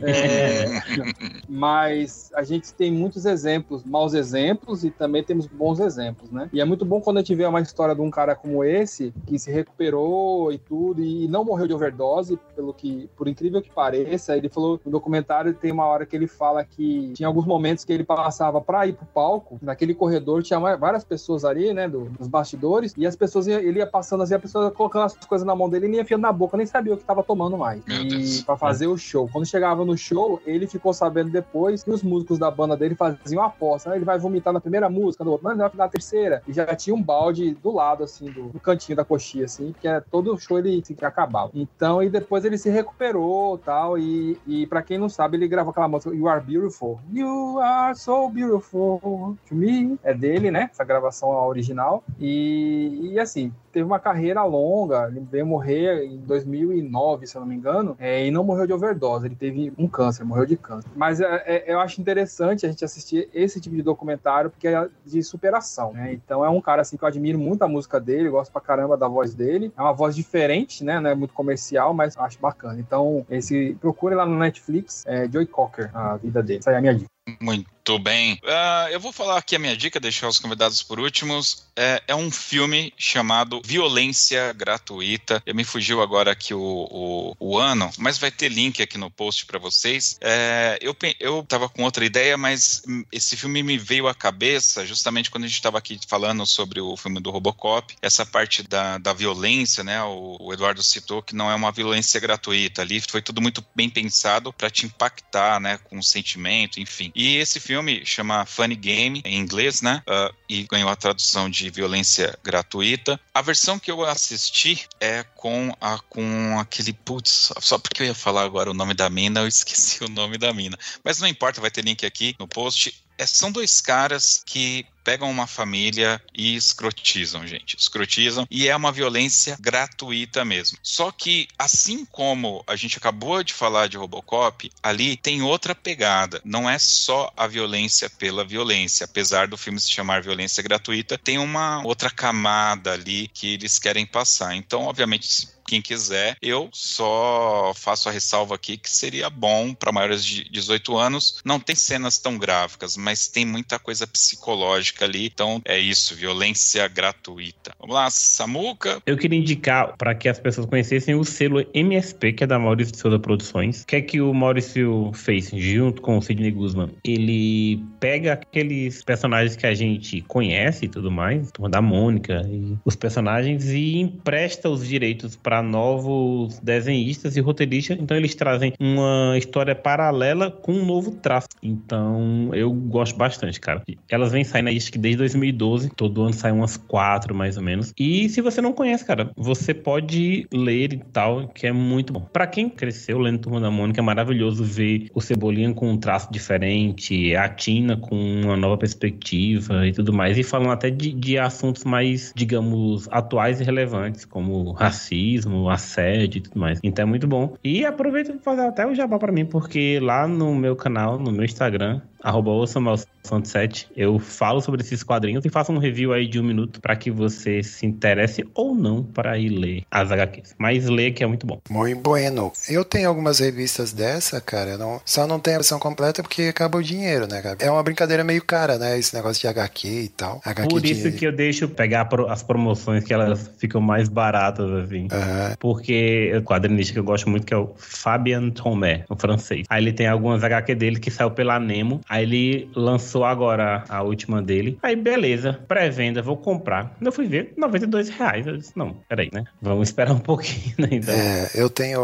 Speaker 2: Mas a gente tem muitos exemplos, maus exemplos, e também temos bons exemplos, né? E é muito bom quando a gente vê uma história de um cara como esse, que se recuperou e tudo, e não morreu de overdose, por incrível que pareça. Ele falou no documentário, tem uma hora que ele fala que tinha alguns momentos que ele passava pra ir pro palco, naquele corredor tinha várias pessoas ali, né, dos bastidores, e as pessoas, ele ia passando assim, a pessoa colocando as coisas na mão dele e nem enfiando na boca, nem sabia o que tava tomando mais. E pra fazer o show. Quando chegava no show, ele ficou sabendo depois que os músicos da banda dele faziam uma aposta, né? Ele vai vomitar na primeira música, no outro, mas não, na terceira. E já tinha um balde do lado, assim, do cantinho da coxinha, assim, porque todo o show ele acabava. Então, e depois ele se recuperou, tal, e pra quem não sabe, ele gravou aquela música You Are Beautiful. You Are So Beautiful to Me. É dele, né? Essa gravação original. E assim, teve uma carreira longa, ele veio morrer em 2009, se eu não me engano, e não morreu de overdose, ele teve um câncer, morreu de câncer. Mas eu acho interessante a gente assistir esse tipo de documentário, porque é de superação, né? Então é um cara assim que eu admiro muito a música dele, gosto pra caramba da voz dele, é uma voz diferente, né? Não é muito comercial, mas eu acho bacana. Então, procure lá no Netflix, Joey Cocker, a vida dele. Essa é a minha dica.
Speaker 1: Muito bem. Eu vou falar aqui a minha dica, deixar os convidados por últimos. É um filme chamado Violência Gratuita. Me fugiu agora aqui o ano, mas vai ter link aqui no post para vocês. Eu tava com outra ideia, mas esse filme me veio à cabeça justamente quando a gente estava aqui falando sobre o filme do Robocop. Essa parte da violência, né? O Eduardo citou que não é uma violência gratuita. Ali foi tudo muito bem pensado para te impactar, né? Com o sentimento, enfim. E esse filme chama Funny Game, em inglês, né? E ganhou a tradução de Violência Gratuita. A versão que eu assisti é com aquele... Putz, só porque eu ia falar agora o nome da mina, eu esqueci o nome da mina. Mas não importa, vai ter link aqui no post. São dois caras que pegam uma família e escrotizam, gente. Escrotizam. E é uma violência gratuita mesmo. Só que, assim como a gente acabou de falar de Robocop, ali tem outra pegada. Não é só a violência pela violência. Apesar do filme se chamar Violência Gratuita, tem uma outra camada ali que eles querem passar. Então, obviamente, quem quiser, eu só faço a ressalva aqui que seria bom para maiores de 18 anos. Não tem cenas tão gráficas, mas tem muita coisa psicológica ali. Então é isso, violência gratuita. Vamos lá, Samuca.
Speaker 4: Eu queria indicar para que as pessoas conhecessem o selo MSP, que é da Maurício de Souza Produções. O que é que o Maurício fez junto com o Sidney Guzman? Ele pega aqueles personagens que a gente conhece e tudo mais, Turma da Mônica e os personagens, e empresta os direitos para novos desenhistas e roteiristas. Então eles trazem uma história paralela com um novo traço. Então eu gosto bastante, cara. Elas vêm saindo aí, acho que desde 2012, todo ano sai umas 4 mais ou menos. E se você não conhece, cara, você pode ler e tal, que é muito bom. Pra quem cresceu lendo Turma da Mônica, é maravilhoso ver o Cebolinha com um traço diferente, a Tina com uma nova perspectiva e tudo mais, e falando até de assuntos mais, digamos, atuais e relevantes, como racismo, assédio e tudo mais. Então é muito bom. E aproveito para fazer até o jabá pra mim, porque lá no meu canal, no meu Instagram, @osamuel107. Eu falo sobre esses quadrinhos e faço um review aí de 1 minuto pra que você se interesse ou não para ir ler as HQs. Mas ler que é muito bom.
Speaker 3: Muito bueno. Eu tenho algumas revistas dessa, cara. Só não tenho a versão completa porque acaba o dinheiro, né, cara? É uma brincadeira meio cara, né? Esse negócio de HQ e tal. HQ
Speaker 4: Por isso que eu deixo pegar as promoções que elas ficam mais baratas, assim. Porque o quadrinista que eu gosto muito, que é o Fabien Tomé, o francês. Aí ele tem algumas HQ dele que saiu pela Nemo. Aí ele lançou agora a última dele. Aí beleza, pré-venda, vou comprar. Quando eu fui ver, R$92. Eu disse, não, peraí, né? Vamos esperar um pouquinho, né? Então.
Speaker 3: Eu tenho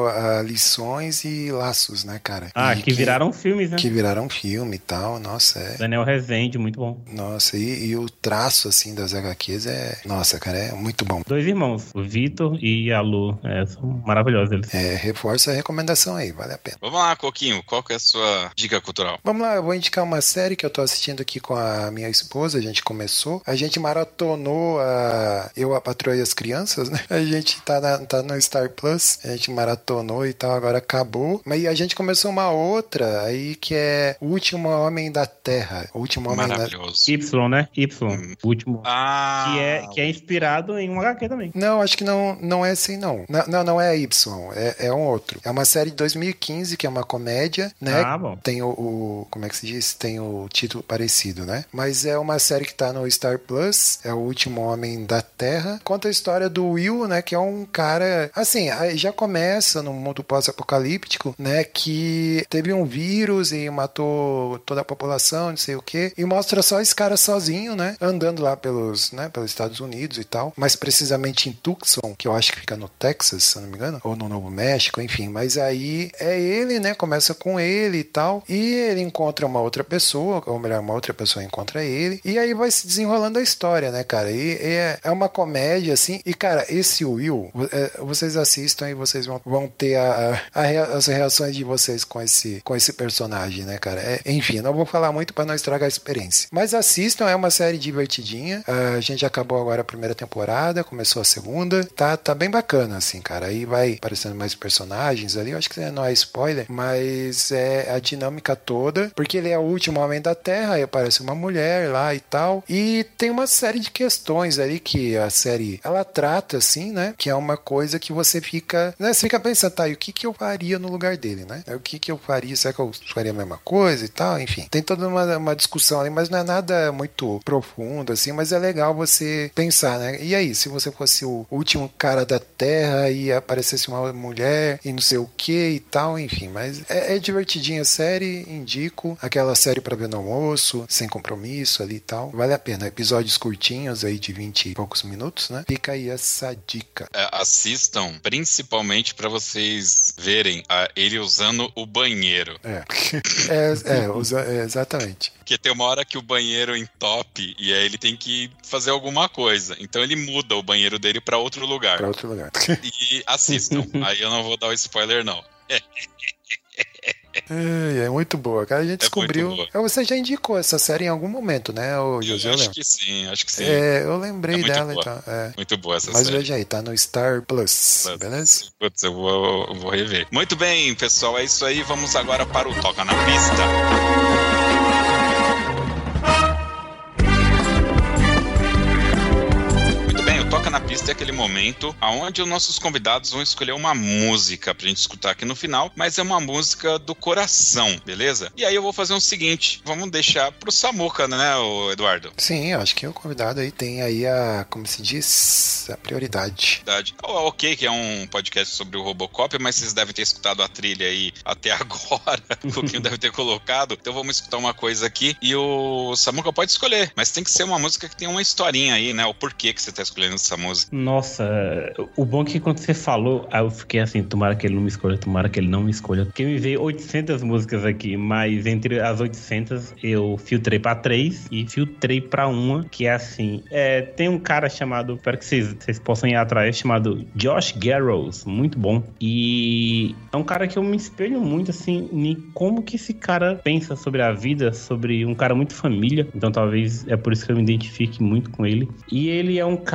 Speaker 3: Lições e Laços, né, cara?
Speaker 4: Que viraram filmes, né?
Speaker 3: Que viraram filme e tal, nossa,
Speaker 4: Daniel Rezende, muito bom.
Speaker 3: Nossa, e o traço, assim, das HQs nossa, cara, é muito bom.
Speaker 4: 2 irmãos, o Vitor e a Lu, são maravilhosos eles.
Speaker 3: Reforça a recomendação aí, vale a pena.
Speaker 1: Vamos lá, Coquinho, qual que é a sua dica cultural?
Speaker 3: Vamos lá, eu vou indicar uma série que eu tô assistindo aqui com a minha esposa, a gente começou, a gente maratonou Eu, a Patroa e as Crianças, né? A gente tá no Star Plus, a gente maratonou e tal, agora acabou, mas a gente começou uma outra aí que é O Último Homem da Terra. O Último Homem
Speaker 1: Maravilhoso.
Speaker 4: Y, né? Y. O último. Que é inspirado em um HQ também.
Speaker 3: Não, acho que não é assim, não. Não é Y, é um outro. É uma série de 2015, que é uma comédia, né?
Speaker 4: Bom.
Speaker 3: Tem como é que se diz? Tem o título parecido, né? Mas é uma série que tá no Star Plus, é O Último Homem da Terra. Conta a história do Will, né? Que é um cara, assim, já começa no mundo pós-apocalíptico, né? Que teve um vírus e matou toda a população, não sei o quê. E mostra só esse cara sozinho, né? Andando lá pelos Estados Unidos e tal. Mais precisamente em Tucson, que eu acho que fica no Texas, se eu não me engano. Ou no Novo México, enfim. Mas aí é ele, né? Começa com ele e tal. E ele encontra uma outra pessoa, ou melhor, uma outra pessoa encontra ele. E aí vai se desenrolando a história, né, cara? E é uma comédia, assim. E, cara, esse Will, vocês assistam e vocês vão ter as reações de vocês com esse personagem, né, cara? Enfim, não vou falar muito pra não estragar a experiência. Mas assistam, é uma série divertidinha. A gente acabou agora a primeira temporada, começou a segunda. Tá bem bacana, assim, cara. Aí vai aparecendo mais personagens ali. Eu acho que não é spoiler, mas é a dinâmica toda. Porque ele é o último homem da Terra, aí aparece uma mulher lá e tal. E tem uma série de questões ali que a série, ela trata, assim, né? Que é uma coisa que você fica, né? Você fica pensando, tá, e o que eu faria no lugar dele, né? O que eu faria? Será que eu faria a mesma coisa e tal? Enfim, tem toda uma discussão ali, mas não é nada muito profundo, assim, mas é legal você pensar, né? E aí, se você fosse o último cara da Terra e aparecesse uma mulher e não sei o que e tal, enfim, mas é divertidinha a série, indico. Aquela série pra ver no almoço, sem compromisso ali e tal. Vale a pena. Episódios curtinhos aí de 20 e poucos minutos, né? Fica aí essa dica.
Speaker 1: Assistam, principalmente pra vocês verem ele usando o banheiro.
Speaker 3: Exatamente.
Speaker 1: Porque tem uma hora que o banheiro entope e aí ele tem que fazer alguma coisa. Então ele muda o banheiro dele pra outro lugar. E assistam. Aí eu não vou dar o spoiler, não.
Speaker 3: É muito boa, cara. A gente descobriu. Você já indicou essa série em algum momento, né, José?
Speaker 1: Acho que sim.
Speaker 3: Eu lembrei dela. Então,
Speaker 1: muito boa essa
Speaker 3: série.
Speaker 1: Mas
Speaker 3: veja aí, tá no Star Plus. Beleza?
Speaker 1: Putz, eu vou rever. Muito bem, pessoal. É isso aí. Vamos agora para o Toca na Pista. Toca na Pista é aquele momento onde os nossos convidados vão escolher uma música pra gente escutar aqui no final, mas é uma música do coração, beleza? E aí eu vou fazer o seguinte, vamos deixar pro Samuca, né, Eduardo?
Speaker 3: Sim, eu acho que o convidado aí tem aí como se diz, a prioridade.
Speaker 1: Ok, que é um podcast sobre o Robocop, mas vocês devem ter escutado a trilha aí até agora, o Coquinho deve ter colocado, então vamos escutar uma coisa aqui e o Samuca pode escolher, mas tem que ser uma música que tem uma historinha aí, né, o porquê que você tá escolhendo essa música.
Speaker 4: Nossa, o bom é que quando você falou, aí eu fiquei assim, tomara que ele não me escolha, tomara que ele não me escolha. Porque me veio 800 músicas aqui, mas entre as 800 eu filtrei pra 3 e filtrei pra uma, que é assim, tem um cara chamado, espero que vocês possam ir atrás, chamado Josh Garrows, muito bom. E é um cara que eu me espelho muito, assim, em como que esse cara pensa sobre a vida, sobre um cara muito família, então talvez é por isso que eu me identifique muito com ele. E ele é um cara que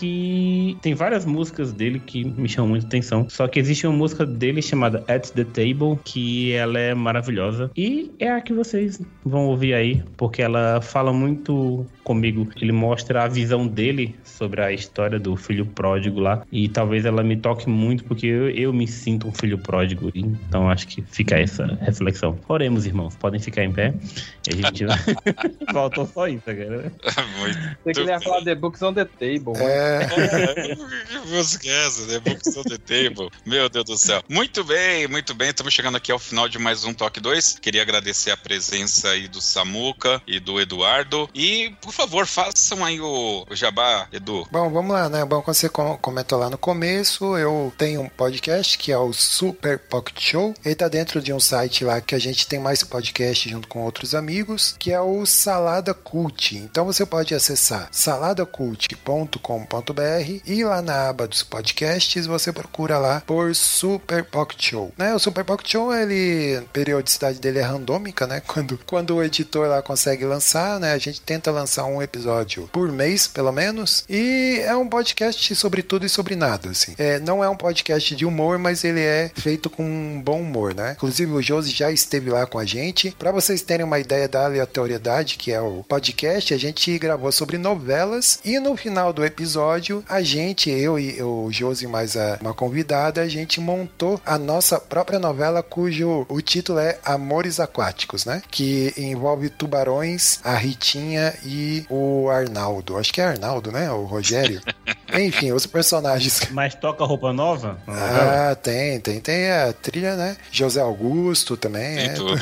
Speaker 4: que tem várias músicas dele que me chamam muita atenção. Só que existe uma música dele chamada At the Table, que ela é maravilhosa. E é a que vocês vão ouvir aí, porque ela fala muito comigo. Ele mostra a visão dele sobre a história do filho pródigo lá. E talvez ela me toque muito, porque eu me sinto um filho pródigo. Então acho que fica essa reflexão. Oremos, irmãos. Podem ficar em pé. E a gente faltou só isso, cara.
Speaker 2: Você queria falar The Books on the Table.
Speaker 1: Que música é essa? The Books on the Table. Meu Deus do céu. Muito bem, muito bem. Estamos chegando aqui ao final de mais um Toque 2. Queria agradecer a presença aí do Samuca e do Eduardo. E, por favor, façam aí o jabá, Edu.
Speaker 3: Bom, vamos lá, né? Bom, como você comentou lá no começo, eu tenho um podcast que é o Super Pocket Show. Ele tá dentro de um site lá que a gente tem mais podcast junto com outros amigos, que é o Salada Cult. Então você pode acessar saladacult.com.br e lá na aba dos podcasts você procura lá por Super Pocket Show. Né? O Super Pocket Show, a periodicidade dele é randômica, né? Quando o editor lá consegue lançar, né? A gente tenta lançar um episódio por mês, pelo menos, e é um podcast sobre tudo e sobre nada, assim. Não é um podcast de humor, mas ele é feito com um bom humor, né? Inclusive o Josi já esteve lá com a gente. Para vocês terem uma ideia da aleatoriedade que é o podcast, a gente gravou sobre novelas e no final do episódio, eu e o Josi mais uma convidada, a gente montou a nossa própria novela cujo o título é Amores Aquáticos, né? Que envolve tubarões, a Ritinha e o Arnaldo. Acho que é Arnaldo, né? O Rogério. Enfim, os personagens.
Speaker 4: Mas toca roupa nova?
Speaker 3: Tem a trilha, né? José Augusto também.
Speaker 1: Tem tudo.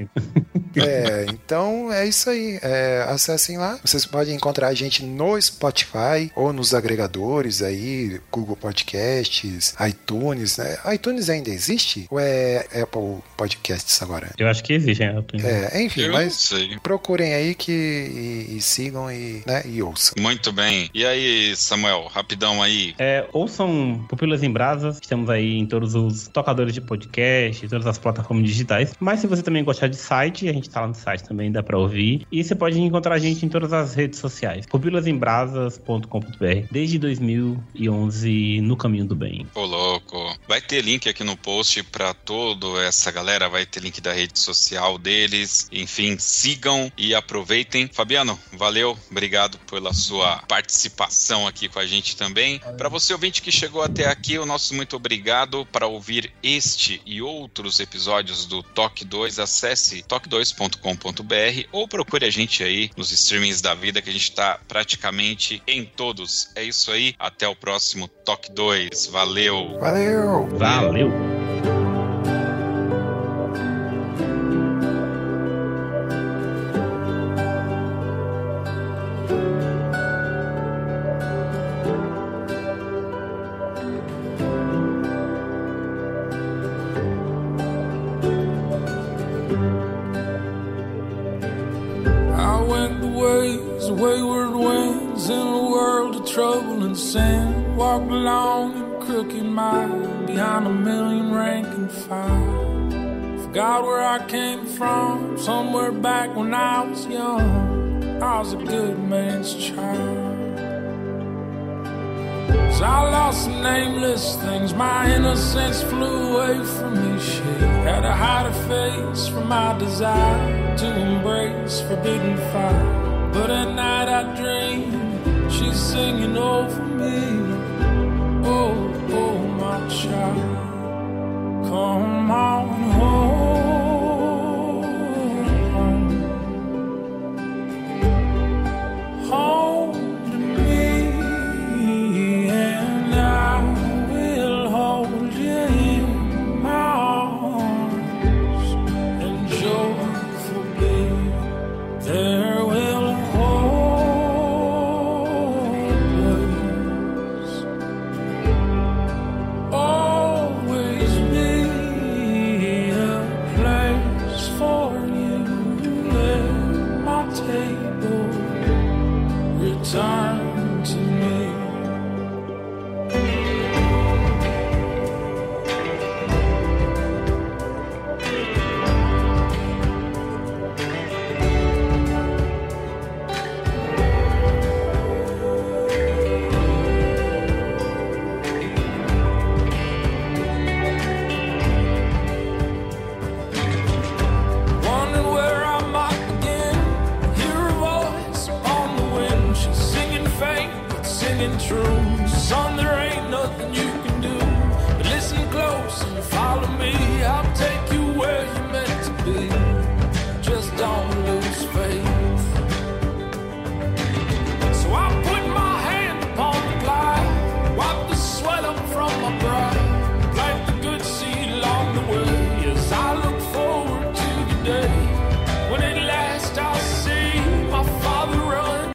Speaker 3: Então é isso aí. Acessem lá. Vocês podem encontrar a gente no Spotify ou nos agregadores aí, Google Podcasts, iTunes, né? iTunes ainda existe? Ou é Apple Podcasts agora?
Speaker 4: Eu acho que existe, hein?
Speaker 3: Enfim, mas procurem aí e sigam e ouçam.
Speaker 1: Muito bem. E aí, Samuel, rapidão aí.
Speaker 4: Ouçam Pupilas em Brasas. Estamos aí em todos os tocadores de podcast, todas as plataformas digitais. Mas se você também gostar de site, a gente tá lá no site também, dá pra ouvir. E você pode encontrar a gente em todas as redes sociais. pupilasembrasas.com.br. Desde 2011, no caminho do bem.
Speaker 1: Ô, louco. Vai ter link aqui no post pra toda essa galera. Vai ter link da rede social deles. Enfim, sigam e aproveitem. Fabiano, valeu. Obrigado pela sua participação aqui com a gente também. Para você ouvinte que chegou até aqui, o nosso muito obrigado. Para ouvir este e outros episódios do Toque 2, acesse toque2.com.br ou procure a gente aí nos streamings da vida, que a gente tá praticamente em todos. É isso aí, até o próximo Toque 2. Valeu!
Speaker 4: Valeu!
Speaker 9: Wayward winds in a world of trouble and sin. Walked along in a crooked mile behind a million rank and file. Forgot where I came from, somewhere back when I was young. I was a good man's child. So I lost some nameless things, my innocence flew away from me. She had to hide her face from my desire to embrace forbidden fire. But at night I dream she's singing over me. Oh, oh, my child, come on home, home to me, and I will hold you in my arms, and joyful be there will return to me. ringing true.